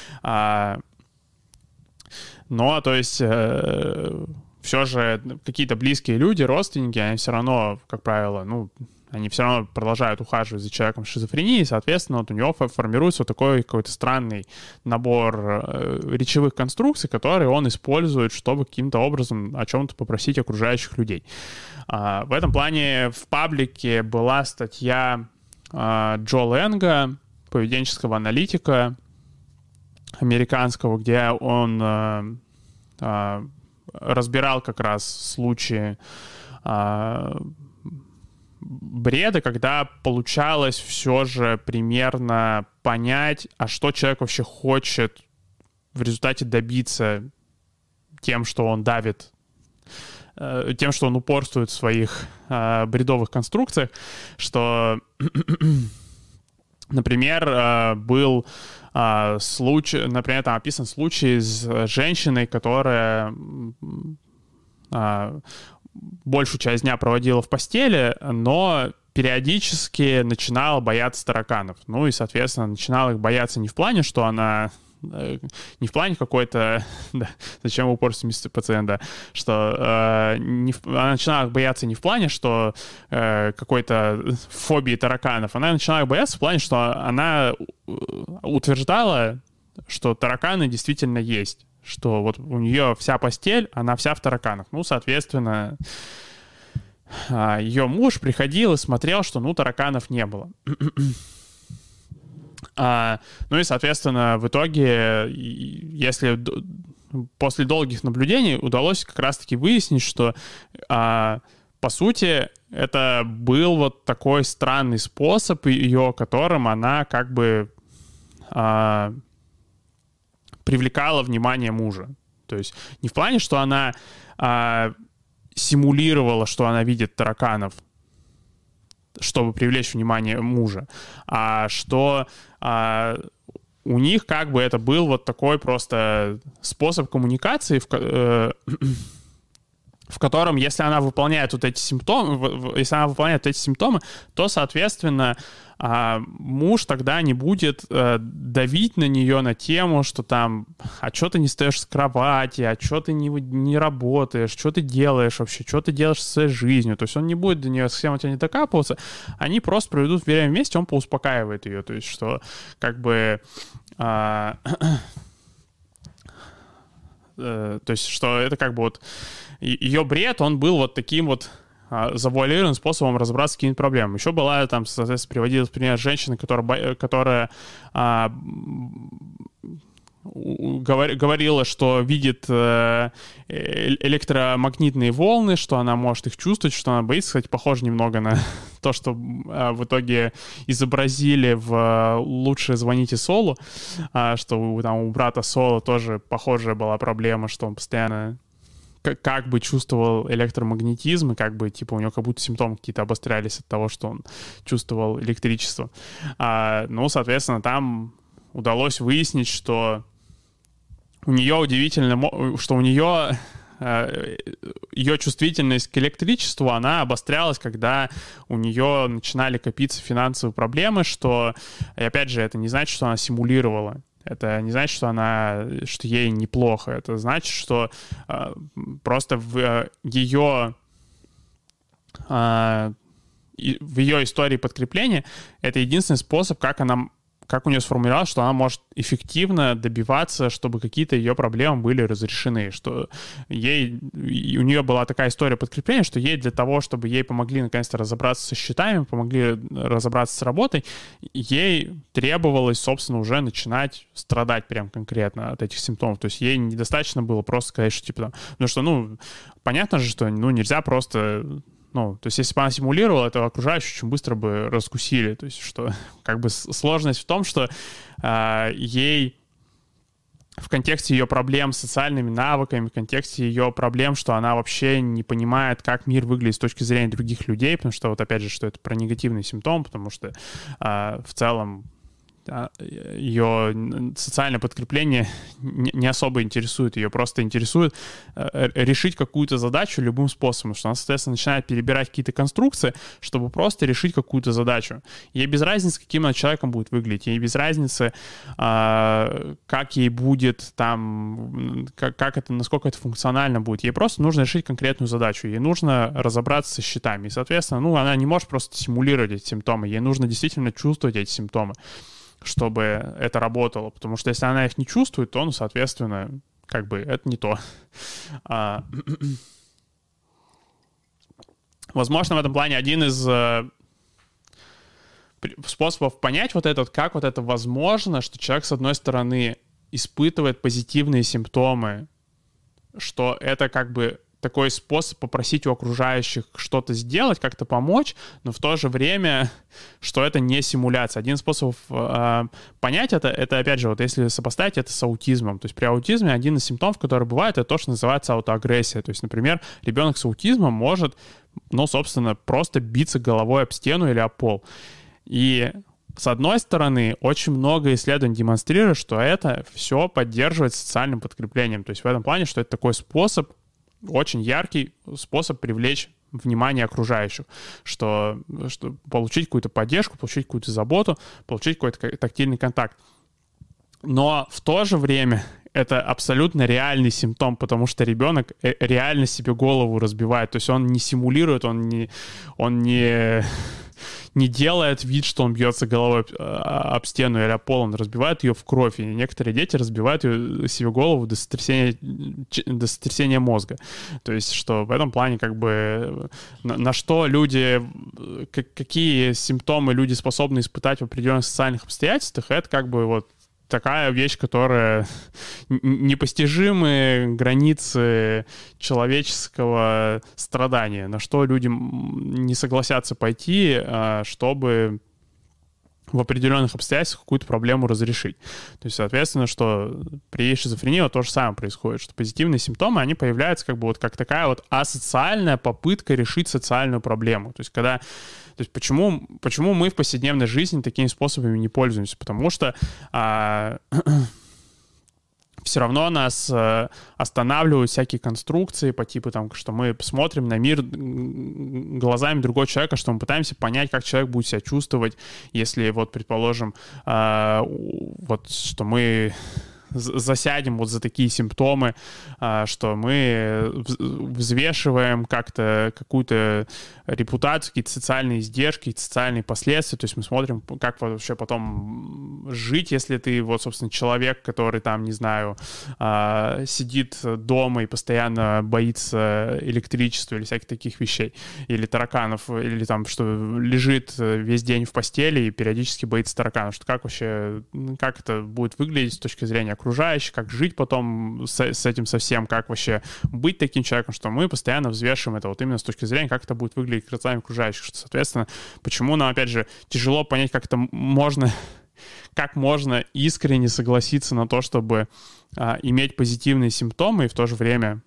Но, то есть, все же какие-то близкие люди, родственники, они все равно, как правило, ну, они все равно продолжают ухаживать за человеком с шизофренией, и, соответственно, вот у него формируется вот такой какой-то странный набор речевых конструкций, которые он использует, чтобы каким-то образом о чем-то попросить окружающих людей. В этом плане в паблике была статья Джо Ленга, поведенческого аналитика американского, где он разбирал как раз случаи бреда, когда получалось все же примерно понять, а что человек вообще хочет в результате добиться тем, что он давит, тем, что он упорствует в своих бредовых конструкциях, что, например, был случай, например, там описан случай с женщиной, которая большую часть дня проводила в постели, но периодически начинала бояться тараканов. Ну и, соответственно, начинала их бояться не в плане, что она... Не в плане какой-то... Да, зачем упорствовать пациента? Что она начинала бояться не в плане, что какой-то фобии тараканов. Она начинала бояться в плане, что она утверждала, что тараканы действительно есть. Что вот у нее вся постель, она вся в тараканах. Ну, соответственно, ее муж приходил и смотрел, что, ну, тараканов не было. Ну и, соответственно, в итоге, если после долгих наблюдений удалось как раз-таки выяснить, что, по сути, это был вот такой странный способ ее, которым она как бы привлекала внимание мужа. То есть не в плане, что она симулировала, что она видит тараканов, чтобы привлечь внимание мужа, а что у них как бы это был вот такой просто способ коммуникации, в котором, если она выполняет вот эти симптомы, то, соответственно, муж тогда не будет давить на нее на тему, что там, а что ты не встаешь с кровати, а что ты не работаешь, что ты делаешь вообще, что ты делаешь со своей жизнью. То есть он не будет до нее совсем от тебя не докапываться, они просто проведут время вместе, он поуспокаивает ее. То есть что как бы... то есть что это как бы вот ее бред, он был вот таким вот завуалированным способом разобраться с какими-то проблемами. Еще была там, соответственно, приводилась пример женщины, которая говорила, что видит электромагнитные волны, что она может их чувствовать, что она боится. Кстати, похоже немного на то, что в итоге изобразили в «Лучше звоните Солу», что там у брата Соло тоже похожая была проблема, что он постоянно как бы чувствовал электромагнетизм, и как бы, типа, у него как будто симптомы какие-то обострялись от того, что он чувствовал электричество. Ну, соответственно, там удалось выяснить, что у нее удивительно, что у нее ее чувствительность к электричеству, она обострялась, когда у нее начинали копиться финансовые проблемы, что, и опять же, это не значит, что она симулировала. Это не значит, что ей неплохо. Это значит, что просто в ее истории подкрепления это единственный способ, как у нее сформулировалось, что она может эффективно добиваться, чтобы какие-то ее проблемы были разрешены, что у нее была такая история подкрепления, что ей для того, чтобы ей помогли наконец-то разобраться со счетами, помогли разобраться с работой, ей требовалось, собственно, уже начинать страдать прям конкретно от этих симптомов. То есть ей недостаточно было просто сказать, что типа, понятно же, что нельзя просто... то есть если бы она симулировала, то окружающие очень быстро бы раскусили. То есть что как бы сложность в том, что ей в контексте ее проблем с социальными навыками, в контексте ее проблем, что она вообще не понимает, как мир выглядит с точки зрения других людей, потому что вот опять же, что это про негативный симптом, потому что в целом ее социальное подкрепление не особо интересует, ее просто интересует решить какую-то задачу любым способом, что она, соответственно, начинает перебирать какие-то конструкции, чтобы просто решить какую-то задачу. Ей без разницы, каким она человеком будет выглядеть, ей без разницы, как ей будет там, насколько это функционально будет. Ей просто нужно решить конкретную задачу, ей нужно разобраться со счетами. И, соответственно, она не может просто симулировать эти симптомы, ей нужно действительно чувствовать эти симптомы, чтобы это работало. Потому что если она их не чувствует, то, соответственно, как бы это не то. Возможно, в этом плане один из способов понять как вот это возможно, что человек, с одной стороны, испытывает позитивные симптомы, что это как бы такой способ попросить у окружающих что-то сделать, как-то помочь, но в то же время, что это не симуляция. Один способ понять это, опять же, вот если сопоставить это с аутизмом. То есть при аутизме один из симптомов, который бывает, это то, что называется аутоагрессия. То есть, например, ребенок с аутизмом может, собственно, просто биться головой об стену или об пол. И с одной стороны, очень много исследований демонстрируют, что это все поддерживает социальным подкреплением. То есть в этом плане, что это такой способ, очень яркий способ привлечь внимание окружающих, что получить какую-то поддержку, получить какую-то заботу, получить какой-то тактильный контакт. Но в то же время это абсолютно реальный симптом, потому что ребенок реально себе голову разбивает. То есть он не симулирует, он не делает вид, что он бьется головой об стену или об пол, он разбивает ее в кровь. И некоторые дети разбивают себе голову до сотрясения мозга. То есть, что в этом плане как бы на что люди, какие симптомы люди способны испытать в определенных социальных обстоятельствах, это как бы вот такая вещь, которая непостижимые границы человеческого страдания, на что люди не согласятся пойти, чтобы в определенных обстоятельствах какую-то проблему разрешить. То есть, соответственно, что при шизофрении вот то же самое происходит, что позитивные симптомы, они появляются как бы вот как такая вот асоциальная попытка решить социальную проблему. То есть, когда... То есть почему мы в повседневной жизни такими способами не пользуемся? Потому что все равно нас останавливают всякие конструкции по типу, там, что мы смотрим на мир глазами другого человека, что мы пытаемся понять, как человек будет себя чувствовать, если, вот, предположим, вот, что мы засядем вот за такие симптомы, что мы взвешиваем как-то какую-то репутацию, какие-то социальные издержки, какие-то социальные последствия, то есть мы смотрим, как вообще потом жить, если ты вот, собственно, человек, который там, не знаю, сидит дома и постоянно боится электричества или всяких таких вещей, или тараканов, или там, что лежит весь день в постели и периодически боится тараканов, что как вообще, как это будет выглядеть с точки зрения окружающих, как жить потом с этим совсем, как вообще быть таким человеком, что мы постоянно взвешиваем это вот именно с точки зрения, как это будет выглядеть глазами окружающих, что, соответственно, почему нам, опять же, тяжело понять, как это можно, как можно искренне согласиться на то, чтобы иметь позитивные симптомы и в то же время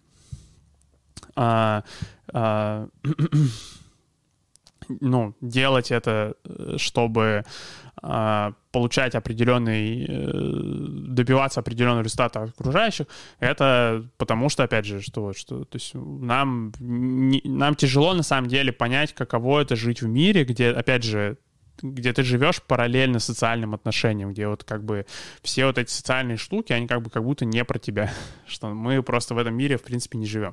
ну, делать это, чтобы получать добиваться определенного результата от окружающих, это потому что, опять же, то есть нам тяжело на самом деле понять, каково это жить в мире, где, опять же, где ты живешь параллельно социальным отношениям, где вот как бы все вот эти социальные штуки, они как будто не про тебя, что мы просто в этом мире, в принципе, не живем.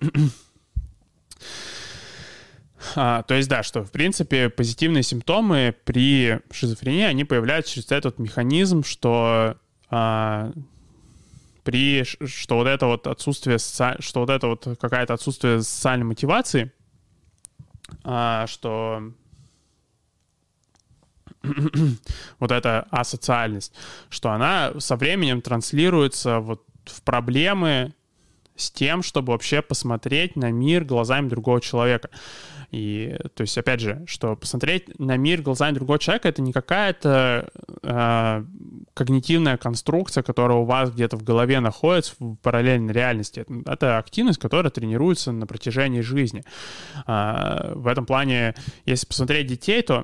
То есть, да, что, в принципе, позитивные симптомы при шизофрении, они появляются через этот механизм, что вот это вот отсутствие, что вот это вот какая-то отсутствие социальной мотивации, что вот эта асоциальность, что она со временем транслируется вот в проблемы с тем, чтобы вообще посмотреть на мир глазами другого человека. И, то есть, опять же, что посмотреть на мир глазами другого человека — это не какая-то когнитивная конструкция, которая у вас где-то в голове находится в параллельной реальности. Это активность, которая тренируется на протяжении жизни. В этом плане, если посмотреть детей, то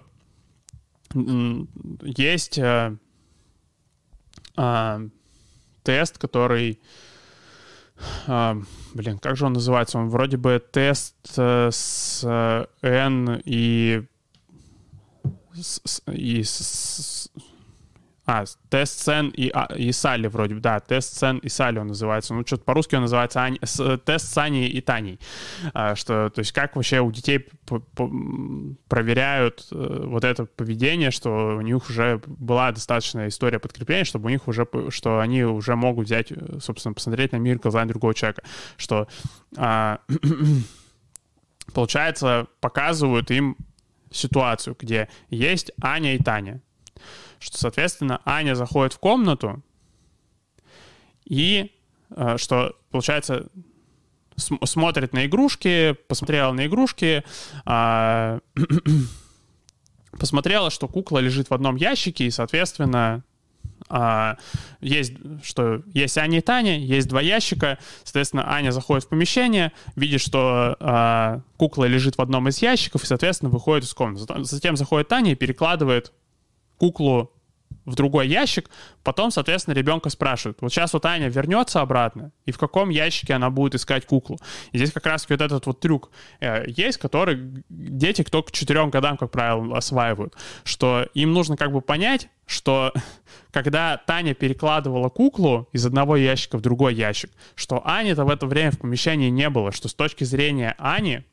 есть тест, который... как же он называется? Он вроде бы тест с N и тест Сен и Салли вроде бы, да, тест Сен и Салли он называется. Ну, что-то по-русски он называется тест с Аней и Таней. То есть как вообще у детей проверяют вот это поведение, что у них уже была достаточная история подкрепления, чтобы у них уже, что они уже могут взять, собственно, посмотреть на мир глазами другого человека. Что, получается, показывают им ситуацию, где есть Аня и Таня. Что, соответственно, Аня заходит в комнату и, что, получается, смотрит на игрушки, посмотрела на игрушки, посмотрела, что кукла лежит в одном ящике, и, соответственно, есть Аня и Таня, есть два ящика, соответственно, Аня заходит в помещение, видит, что кукла лежит в одном из ящиков, и, соответственно, выходит из комнаты. Затем заходит Таня и перекладывает куклу в другой ящик, потом, соответственно, ребенка спрашивают, вот сейчас вот Аня вернется обратно, и в каком ящике она будет искать куклу. И здесь как раз вот этот вот трюк есть, который дети только к 4 годам, как правило, осваивают, что им нужно как бы понять, что когда Таня перекладывала куклу из одного ящика в другой ящик, что Ани-то в это время в помещении не было, что с точки зрения Ани,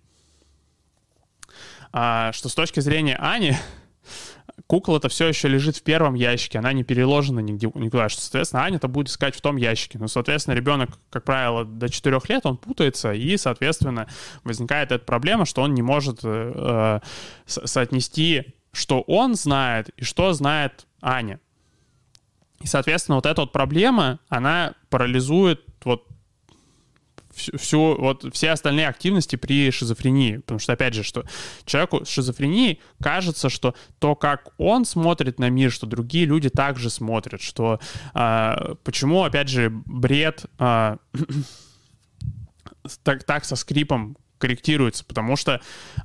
кукла-то все еще лежит в первом ящике, она не переложена никуда, что, соответственно, Аня-то будет искать в том ящике. Но, соответственно, ребенок, как правило, до 4 лет, он путается, и, соответственно, возникает эта проблема, что он не может соотнести, что он знает и что знает Аня. И, соответственно, вот эта вот проблема, она парализует вот все остальные активности при шизофрении. Потому что, опять же, что человеку с шизофренией кажется, что то, как он смотрит на мир, что другие люди также смотрят, что почему, опять же, бред так со скрипом корректируется, потому что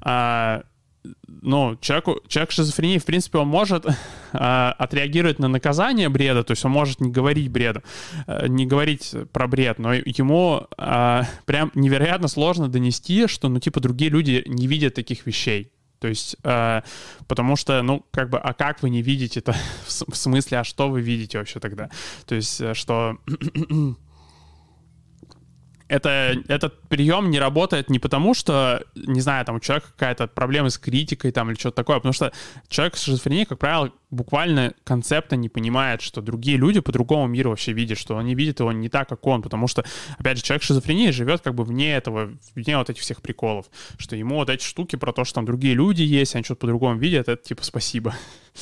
человек с шизофренией, в принципе, он может отреагировать на наказание бреда, то есть он может не говорить не говорить про бред, но ему прям невероятно сложно донести, что, другие люди не видят таких вещей. То есть, потому что, а как вы не видите это? В смысле, а что вы видите вообще тогда? То есть, что... Этот прием не работает не потому, что, не знаю, там у человека какая-то проблема с критикой там или что-то такое, потому что человек с шизофренией, как правило, буквально концепта не понимает, что другие люди по-другому мир вообще видят, что они видят его не так, как он, потому что, опять же, человек с шизофренией живет как бы вне вот этих всех приколов, что ему вот эти штуки про то, что там другие люди есть, они что-то по-другому видят, это типа спасибо.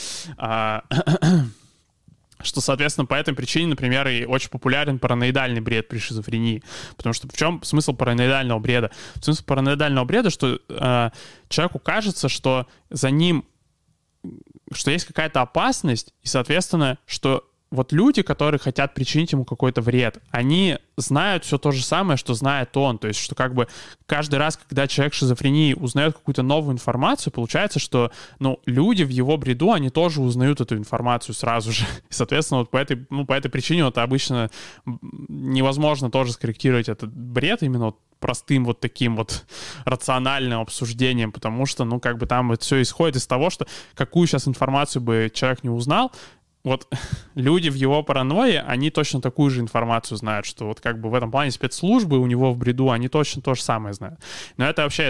Что, соответственно, по этой причине, например, и очень популярен параноидальный бред при шизофрении. Потому что в чем смысл параноидального бреда? Смысл параноидального бреда, что человеку кажется, что за ним, что есть какая-то опасность, и, соответственно, что вот люди, которые хотят причинить ему какой-то вред, они знают все то же самое, что знает он. То есть, что как бы каждый раз, когда человек с шизофренией узнает какую-то новую информацию, получается, что, люди в его бреду, они тоже узнают эту информацию сразу же. И, соответственно, вот по этой причине вот обычно невозможно тоже скорректировать этот бред именно вот простым вот таким вот рациональным обсуждением, потому что, там это все исходит из того, что какую сейчас информацию бы человек не узнал, вот люди в его паранойе, они точно такую же информацию знают, что вот как бы в этом плане спецслужбы у него в бреду, они точно то же самое знают. Но это вообще,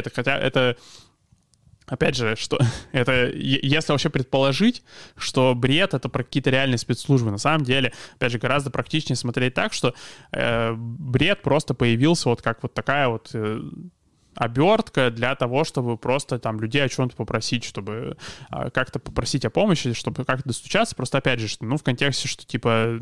опять же, что это, если вообще предположить, что бред — это про какие-то реальные спецслужбы, на самом деле, опять же, гораздо практичнее смотреть так, что бред просто появился вот как вот такая вот обертка для того, чтобы просто там людей о чем-то попросить, чтобы как-то попросить о помощи, чтобы как-то достучаться. Просто опять же, что, в контексте, что типа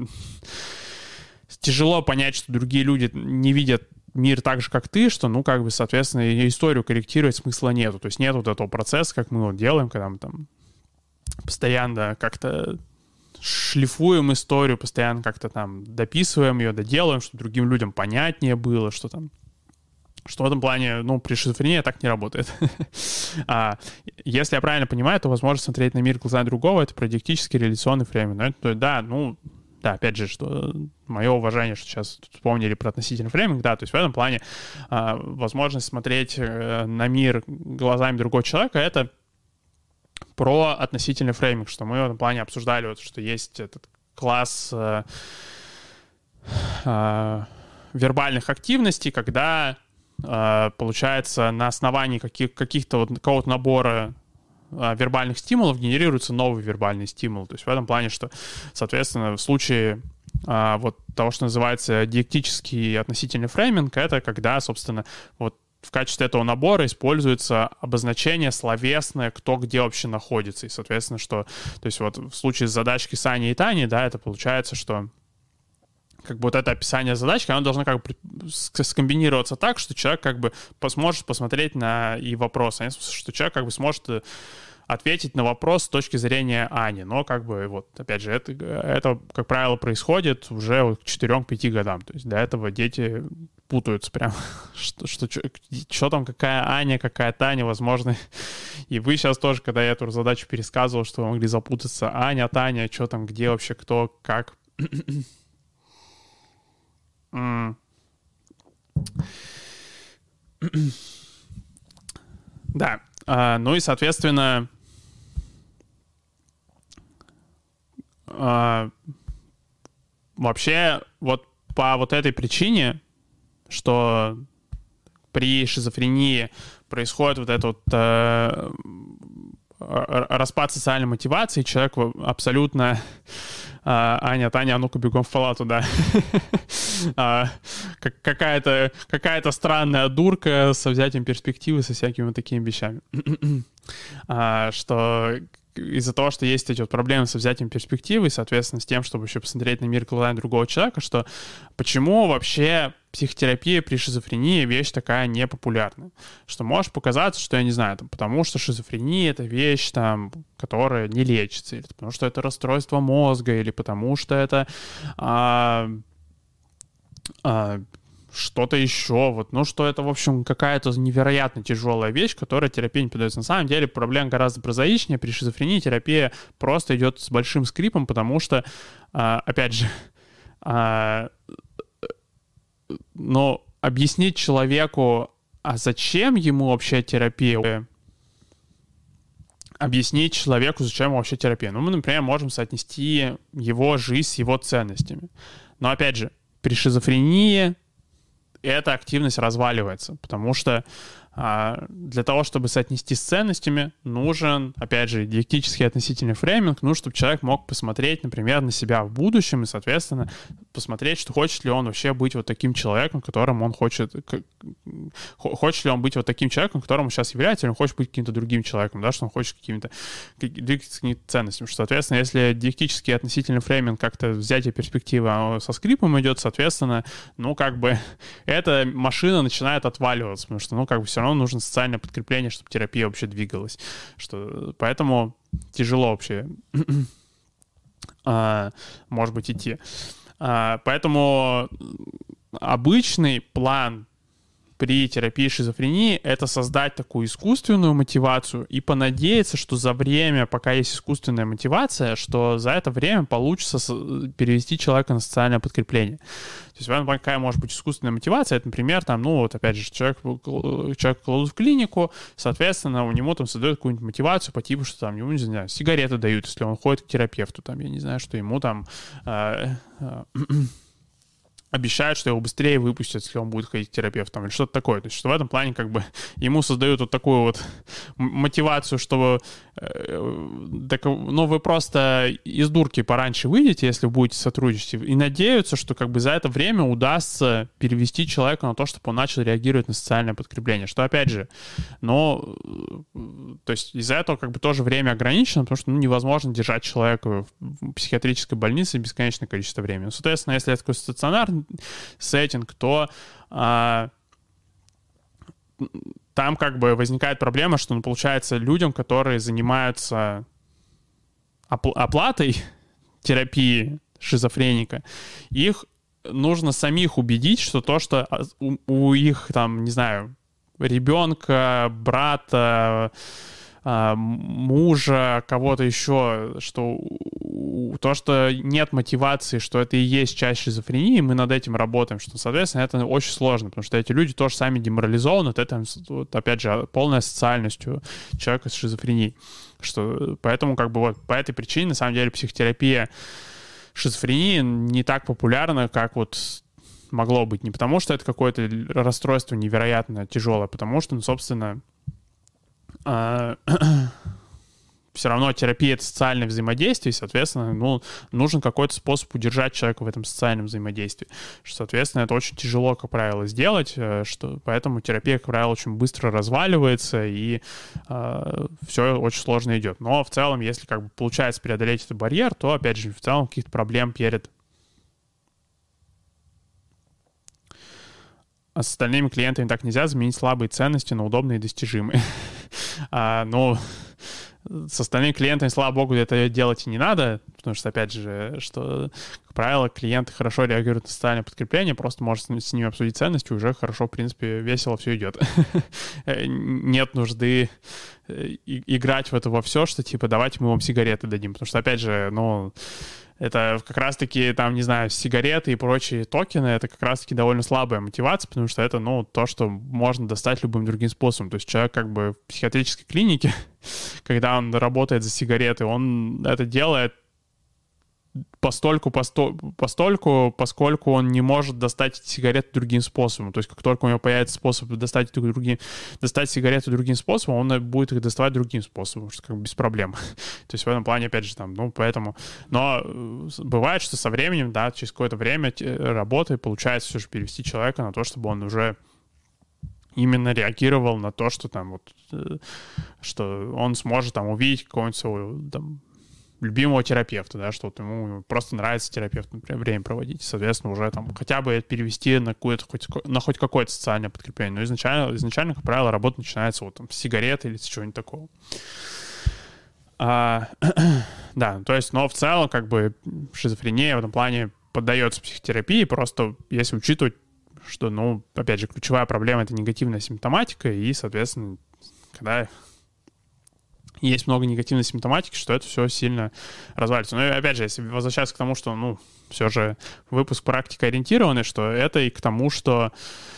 тяжело понять, что другие люди не видят мир так же, как ты, что, соответственно, историю корректировать смысла нету. То есть нет вот этого процесса, как мы вот делаем, когда мы там постоянно как-то шлифуем историю, постоянно как-то там дописываем ее, доделаем, чтобы другим людям понятнее было, что там. Что в этом плане, при шизофрении так не работает. Если я правильно понимаю, то возможность смотреть на мир глазами другого — это про диалектический реляционный фрейминг. Да, опять же, что мое уважение, что сейчас вспомнили про относительный фрейминг, да, то есть в этом плане возможность смотреть на мир глазами другого человека — это про относительный фрейминг, что мы в этом плане обсуждали, вот, что есть этот класс вербальных активностей, когда получается, на основании каких-то вот какого-то набора вербальных стимулов генерируется новый вербальный стимул. То есть в этом плане, что, соответственно, в случае вот того, что называется диалектический относительный фрейминг, это когда, собственно, вот в качестве этого набора используется обозначение словесное, кто где вообще находится. И, соответственно, что... То есть вот в случае с задачкой Сани и Тани, да, это получается, что как бы вот это описание задачки, оно должно как бы скомбинироваться так, что человек как бы сможет посмотреть на и вопрос, что человек как бы сможет ответить на вопрос с точки зрения Ани. Но как бы вот, опять же, это как правило, происходит уже вот к 4-5 годам. То есть до этого дети путаются прям, что там, какая Аня, какая Таня, возможно. И вы сейчас тоже, когда я эту задачу пересказывал, что вы могли запутаться. Аня, Таня, что там, где вообще, кто, как... Да, ну и, соответственно, вообще вот по вот этой причине, что при шизофрении происходит вот этот распад социальной мотивации, человек абсолютно... Аня, Таня, а ну-ка бегом в палату, да. Какая-то странная дурка со взятием перспективы, со всякими вот такими вещами. Что из-за того, что есть эти вот проблемы со взятием перспективы, соответственно, с тем, чтобы еще посмотреть на мир глазами другого человека, что почему вообще психотерапия при шизофрении вещь такая непопулярная. Что может показаться, что, я не знаю, там, потому что шизофрения — это вещь, там, которая не лечится, или потому что это расстройство мозга, или потому что это что-то еще, вот, ну, что это, в общем, какая-то невероятно тяжелая вещь, которая терапии не поддается. На самом деле проблема гораздо прозаичнее. При шизофрении терапия просто идет с большим скрипом, потому что, опять же, но объяснить человеку, а зачем ему вообще терапия, объяснить человеку, зачем ему вообще терапия. Ну, мы, например, можем соотнести его жизнь с его ценностями. Но, опять же, при шизофрении эта активность разваливается, потому что для того, чтобы соотнести с ценностями, нужен, опять же, диалектический относительный фрейминг, нужно, чтобы человек мог посмотреть, например, на себя в будущем и, соответственно, посмотреть, что хочет ли он вообще быть вот таким человеком, которым он хочет ли он быть вот таким человеком, которым он сейчас является, или он хочет быть каким-то другим человеком, да, что он хочет какими-то ценностями, что, соответственно, если диалектический относительный фрейминг как-то взятие перспективы со скрипом идет, соответственно, ну, как бы, эта машина начинает отваливаться, потому что, ну, как бы, все равно нужно социальное подкрепление, чтобы терапия вообще двигалась. Поэтому тяжело вообще, может быть, идти. Поэтому обычный план при терапии шизофрении — это создать такую искусственную мотивацию и понадеяться, что за время, пока есть искусственная мотивация, что за это время получится перевести человека на социальное подкрепление. То есть в этом плане какая может быть искусственная мотивация? Это, например, там, ну вот опять же, человек кладут в клинику, соответственно, у него там создают какую-нибудь мотивацию по типу, что там ему, не знаю, сигареты дают, если он ходит к терапевту, там, я не знаю, что ему там обещают, что его быстрее выпустят, если он будет ходить к терапевту, или что-то такое. То есть, что в этом плане как бы ему создают вот такую вот мотивацию, чтобы ну, вы просто из дурки пораньше выйдете, если будете сотрудничать, и надеются, что как бы за это время удастся перевести человека на то, чтобы он начал реагировать на социальное подкрепление. Что, опять же, но то есть из-за этого как бы тоже время ограничено, потому что, ну, невозможно держать человека в психиатрической больнице бесконечное количество времени. Соответственно, если это такой стационарный сеттинг, то там как бы возникает проблема, что, ну, получается, людям, которые занимаются оплатой терапии шизофреника, их нужно самих убедить, что то, что у их, там, не знаю, ребенка, брата, мужа, кого-то еще, что то, что нет мотивации, что это и есть часть шизофрении, мы над этим работаем, что, соответственно, это очень сложно, потому что эти люди тоже сами деморализованы, это, вот, опять же, полная социальность у человека с шизофренией. Что, поэтому, как бы, вот, по этой причине, на самом деле, психотерапия шизофрении не так популярна, как вот могло быть. Не потому, что это какое-то расстройство невероятно тяжелое, а потому что, ну, собственно, все равно терапия — это социальное взаимодействие, и, соответственно, ну, нужен какой-то способ удержать человека в этом социальном взаимодействии. Соответственно, это очень тяжело, как правило, сделать, поэтому терапия, как правило, очень быстро разваливается, и все очень сложно идет. Но в целом, если как бы получается преодолеть этот барьер, то, опять же, в целом каких-то проблем А с остальными клиентами так нельзя заменить слабые ценности на удобные и достижимые. Но с остальными клиентами, слава богу, это делать и не надо, потому что, опять же, что, как правило, клиенты хорошо реагируют на социальное подкрепление, просто можно с ними обсудить ценности, уже хорошо, в принципе, весело все идет. Нет нужды играть в это во все, что, типа, давайте мы вам сигареты дадим, потому что, опять же, ну, это как раз-таки, там, не знаю, сигареты и прочие токены, это как раз-таки довольно слабая мотивация, потому что это, ну, то, что можно достать любым другим способом. То есть человек как бы в психиатрической клинике, когда он работает за сигареты, он это делает поскольку он не может достать эти сигареты другим способом. То есть как только у него появится способ достать сигареты другим способом, он будет их доставать другим способом, что как бы без проблем. То есть в этом плане, опять же, там, ну, поэтому... Но бывает, что со временем, да, через какое-то время работы получается все же перевести человека на то, чтобы он уже именно реагировал на то, что там вот... Что он сможет там увидеть какого-нибудь своего там любимого терапевта, да, что вот ему просто нравится терапевт, например, время проводить, соответственно, уже там хотя бы это перевести на какое-то хоть какое-то социальное подкрепление. Но изначально, как правило, работа начинается вот там с сигареты или с чего-нибудь такого. Да, то есть, но в целом, как бы, шизофрения в этом плане поддается психотерапии, просто если учитывать, что, ну, опять же, ключевая проблема — это негативная симптоматика, и, соответственно, когда есть много негативной симптоматики, что это все сильно развалится. Но, опять же, если возвращаться к тому, что, ну, все же выпуск практикоориентированный, что это и к тому, что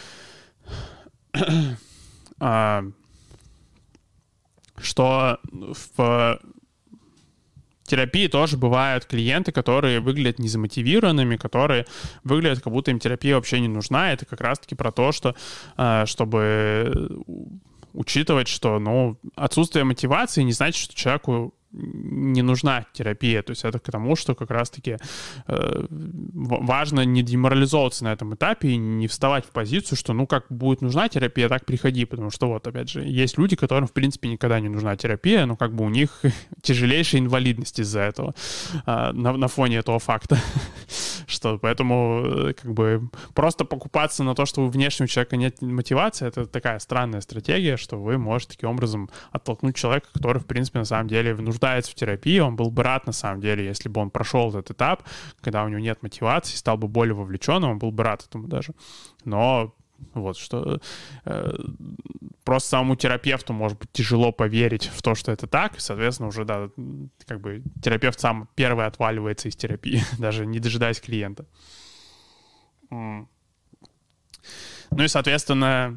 что в терапии тоже бывают клиенты, которые выглядят незамотивированными, которые выглядят, как будто им терапия вообще не нужна. Это как раз-таки про то, что чтобы учитывать, что, ну, отсутствие мотивации не значит, что человеку не нужна терапия. То есть это к тому, что как раз-таки важно не деморализовываться на этом этапе и не вставать в позицию, что, ну, как будет нужна терапия, так приходи. Потому что вот, опять же, есть люди, которым, в принципе, никогда не нужна терапия, но как бы у них тяжелейшая инвалидность из-за этого, на фоне этого факта. Что поэтому как бы просто покупаться на то, что у внешнего человека нет мотивации, это такая странная стратегия, что вы можете таким образом оттолкнуть человека, который, в принципе, на самом деле нуждается в терапии. Он был бы рад, на самом деле, если бы он прошел этот этап, когда у него нет мотивации, стал бы более вовлеченным, он был бы рад этому даже. Но вот что просто самому терапевту может быть тяжело поверить в то, что это так, и, соответственно, уже, да, как бы терапевт сам первый отваливается из терапии, даже не дожидаясь клиента. Ну и, соответственно,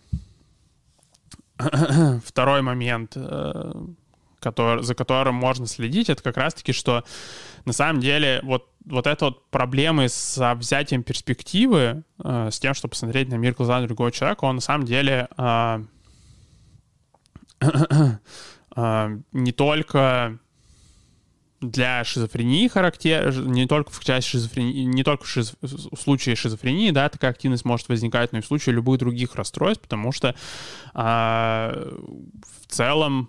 второй момент, за которым можно следить, это как раз-таки, что на самом деле вот это вот проблемы с взятием перспективы, с тем, чтобы посмотреть на мир глазами другого человека, он на самом деле не только для шизофрении характерен, не только в части шизофрении, не только в случае шизофрении, да, такая активность может возникать, но и в случае любых других расстройств, потому что в целом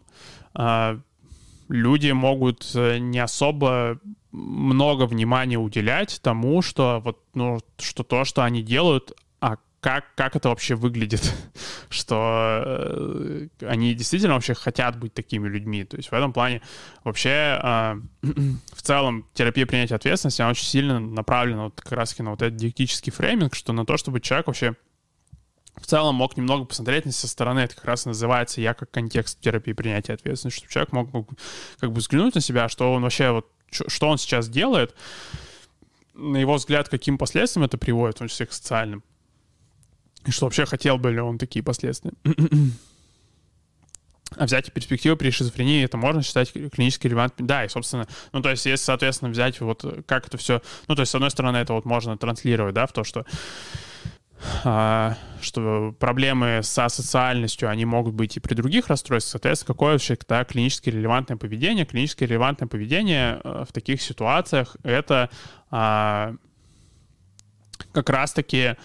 люди могут не особо много внимания уделять тому, что вот, ну, что то, что они делают, а как это вообще выглядит, что они действительно вообще хотят быть такими людьми. То есть в этом плане вообще в целом терапия принятия ответственности, она очень сильно направлена вот как раз-таки на вот этот диалектический фрейминг, что на то, чтобы человек вообще в целом мог немного посмотреть на со стороны. Это как раз называется «я как контекст терапии принятия ответственности», чтобы человек мог как бы взглянуть на себя, что он вообще, вот, что он сейчас делает, на его взгляд, каким последствиям это приводит, в том числе к социальным, и что вообще хотел бы ли он такие последствия. А взять перспективу при шизофрении, это можно считать клинически релевантным. Да, и, собственно, ну, то есть, если, соответственно, взять вот как это все... Ну, то есть, с одной стороны, это вот можно транслировать, да, в то, что проблемы со социальностью, они могут быть и при других расстройствах. Соответственно, какое вообще тогда клинически релевантное поведение? Клинически релевантное поведение в таких ситуациях — это как раз-таки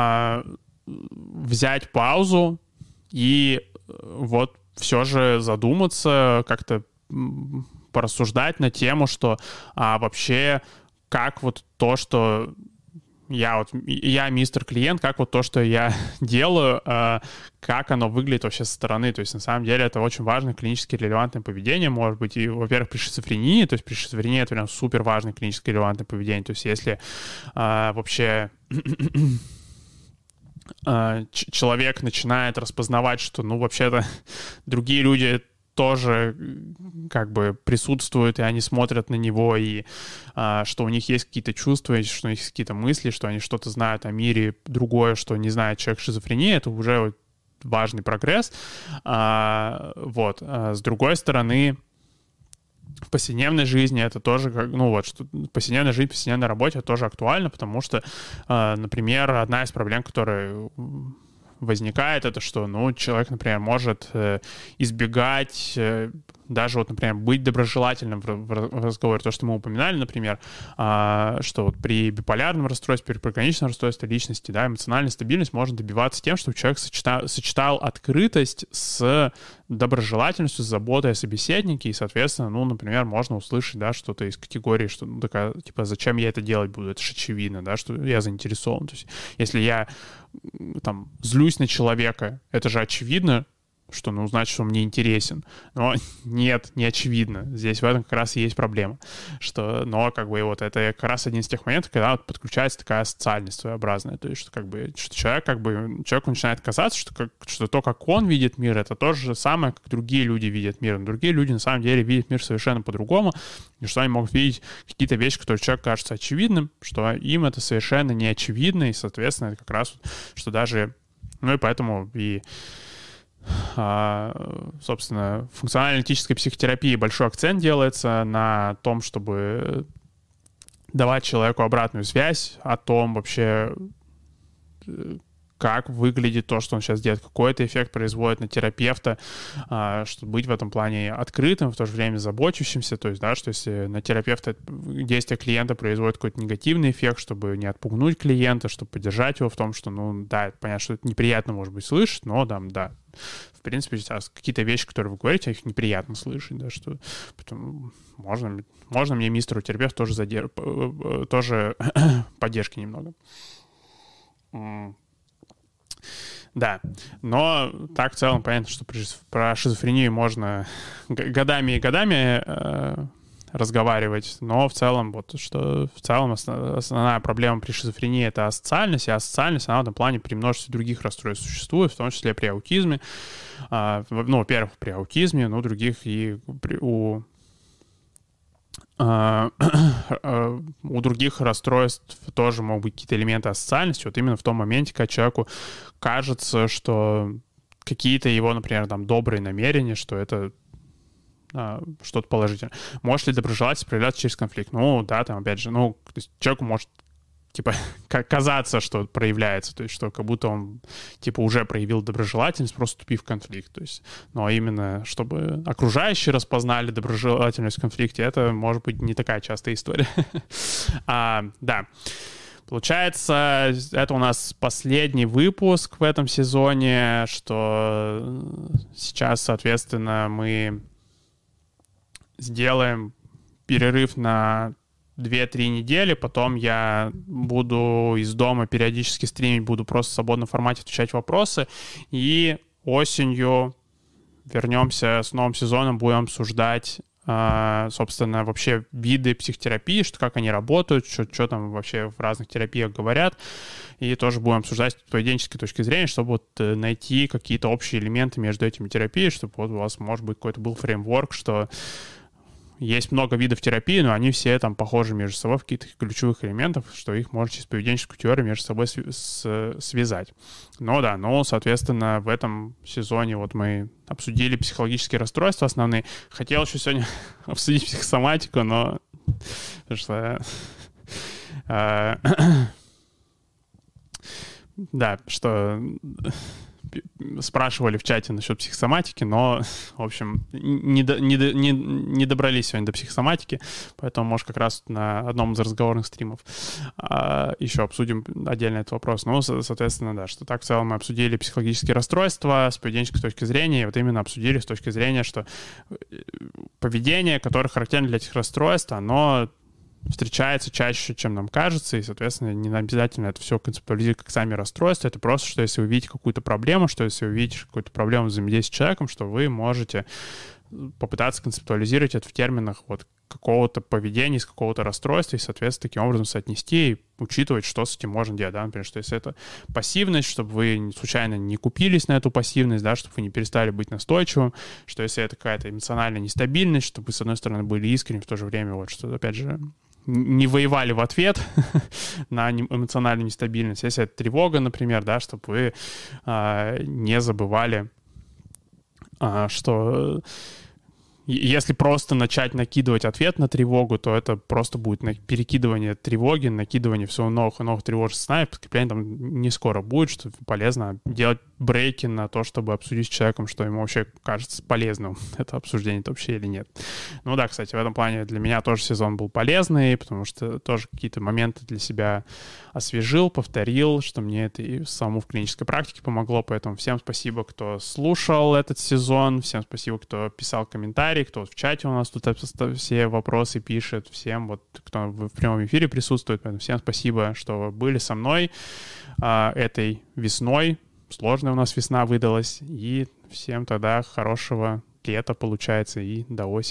взять паузу и вот все же задуматься, как-то порассуждать на тему, что вообще как вот то, что я мистер клиент, как вот то, что я делаю, как оно выглядит вообще со стороны. То есть, на самом деле, это очень важное клинически релевантное поведение, может быть, и, во-первых, при шизофрении, то есть при шизофрении это прям супер важное клинически релевантное поведение. То есть, если вообще человек начинает распознавать, что, ну, вообще-то другие люди тоже как бы присутствуют, и они смотрят на него, и что у них есть какие-то чувства, что у них есть какие-то мысли, что они что-то знают о мире другое, что не знает человек с шизофренией, это уже важный прогресс. Вот. С другой стороны, в повседневной жизни это тоже, ну вот, что повседневная жизнь, повседневная работа это тоже актуально, потому что, например, одна из проблем, которая возникает, это что, ну, человек, например, может избегать, даже вот, например, быть доброжелательным в разговоре, то, что мы упоминали, например, что вот при биполярном расстройстве, при пограничном расстройстве личности, да, эмоциональная стабильность можно добиваться тем, чтобы человек сочетал открытость с доброжелательностью, с заботой о собеседнике, и, соответственно, ну, например, можно услышать, да, что-то из категории, что, ну, такая, типа, зачем я это делать буду, это же очевидно, да, что я заинтересован. То есть, если я, там, злюсь на человека, это же очевидно, что, ну, значит, что он мне интересен. Но нет, не очевидно. Здесь в этом как раз и есть проблема. Но как бы вот это как раз один из тех моментов, когда вот подключается такая социальность своеобразная. То есть, что как бы что человеку начинает казаться, что то, как он видит мир, это то же самое, как другие люди видят мир. Но другие люди на самом деле видят мир совершенно по-другому, и что они могут видеть какие-то вещи, которые человеку кажутся очевидным, что им это совершенно не очевидно, и, соответственно, это как раз, что даже... Ну и поэтому и... собственно, в функционально-аналитической психотерапии большой акцент делается на том, чтобы давать человеку обратную связь о том вообще, как выглядит то, что он сейчас делает, какой это эффект производит на терапевта, чтобы быть в этом плане открытым, в то же время заботящимся, то есть, да, что если на терапевта действие клиента производит какой-то негативный эффект, чтобы не отпугнуть клиента, чтобы поддержать его в том, что, ну, да, понятно, что это неприятно, может быть, слышать, но, да, в принципе, сейчас какие-то вещи, которые вы говорите, их неприятно слышать, да, что потом можно мне мистеру терапевту тоже поддержки немного. Да, но так в целом понятно, что про шизофрению можно годами и годами разговаривать, но в целом основная проблема при шизофрении — это асоциальность, и асоциальность, она в этом плане при множестве других расстройств существует, в том числе при аутизме. Ну, во-первых, при аутизме, но других и у других расстройств тоже могут быть какие-то элементы асоциальности, вот именно в том моменте, когда человеку кажется, что какие-то его, например, там, добрые намерения, что это что-то положительное. Может ли доброжелательность проявляться через конфликт? Ну, да, там, опять же, ну, то есть человеку может, типа, казаться, что проявляется, то есть что как будто он, типа, уже проявил доброжелательность, просто вступив в конфликт, то есть, но именно чтобы окружающие распознали доброжелательность в конфликте, это может быть не такая частая история. Да. Получается, это у нас последний выпуск в этом сезоне, что сейчас, соответственно, мы сделаем перерыв на 2-3 недели, потом я буду из дома периодически стримить, буду просто в свободном формате отвечать вопросы, и осенью вернемся с новым сезоном, будем обсуждать, собственно, вообще виды психотерапии, как они работают, что там вообще в разных терапиях говорят, и тоже будем обсуждать с поведенческой точки зрения, чтобы вот найти какие-то общие элементы между этими терапиями, чтобы вот у вас, может быть, какой-то был фреймворк, что есть много видов терапии, но они все там похожи между собой в каких-то ключевых элементах, что их можно через поведенческую теорию между собой связать. Но, соответственно, в этом сезоне вот мы обсудили психологические расстройства основные. Хотел еще сегодня обсудить психосоматику, но... Да, что... Спрашивали в чате насчет психосоматики, но, в общем, не добрались сегодня до психосоматики, поэтому, может, как раз на одном из разговорных стримов еще обсудим отдельно этот вопрос. Ну, соответственно, да, что так в целом мы обсудили психологические расстройства с поведенческой точки зрения, и вот именно обсудили с точки зрения, что поведение, которое характерно для этих расстройств, оно встречается чаще, чем нам кажется, и, соответственно, не обязательно это все концептуализировать как сами расстройства. Это просто, что если вы видите какую-то проблему, что если вы видите какую-то проблему взаимодействия с человеком, что вы можете попытаться концептуализировать это в терминах вот какого-то поведения, из какого-то расстройства, и, соответственно, таким образом соотнести и учитывать, что с этим можно делать, да, например, что если это пассивность, чтобы вы случайно не купились на эту пассивность, да, чтобы вы не перестали быть настойчивым, что если это какая-то эмоциональная нестабильность, чтобы вы, с одной стороны, были искренни, в то же время, вот, что, опять же, не воевали в ответ на эмоциональную нестабильность. Если это тревога, например, да, чтобы вы не забывали, что Если просто начать накидывать ответ на тревогу, то это просто будет перекидывание тревоги, накидывание всего новых и новых тревожных сценариев, подкрепление там не скоро будет, что полезно делать брейки на то, чтобы обсудить с человеком, что ему вообще кажется полезным, это обсуждение вообще или нет. Ну да, кстати, в этом плане для меня тоже сезон был полезный, потому что тоже какие-то моменты для себя освежил, повторил, что мне это и самому в клинической практике помогло, поэтому всем спасибо, кто слушал этот сезон, всем спасибо, кто писал комментарии, кто в чате у нас тут все вопросы пишет, всем вот, кто в прямом эфире присутствует, поэтому всем спасибо, что вы были со мной этой весной. Сложная у нас весна выдалась, и всем тогда хорошего лета, получается, и до осени.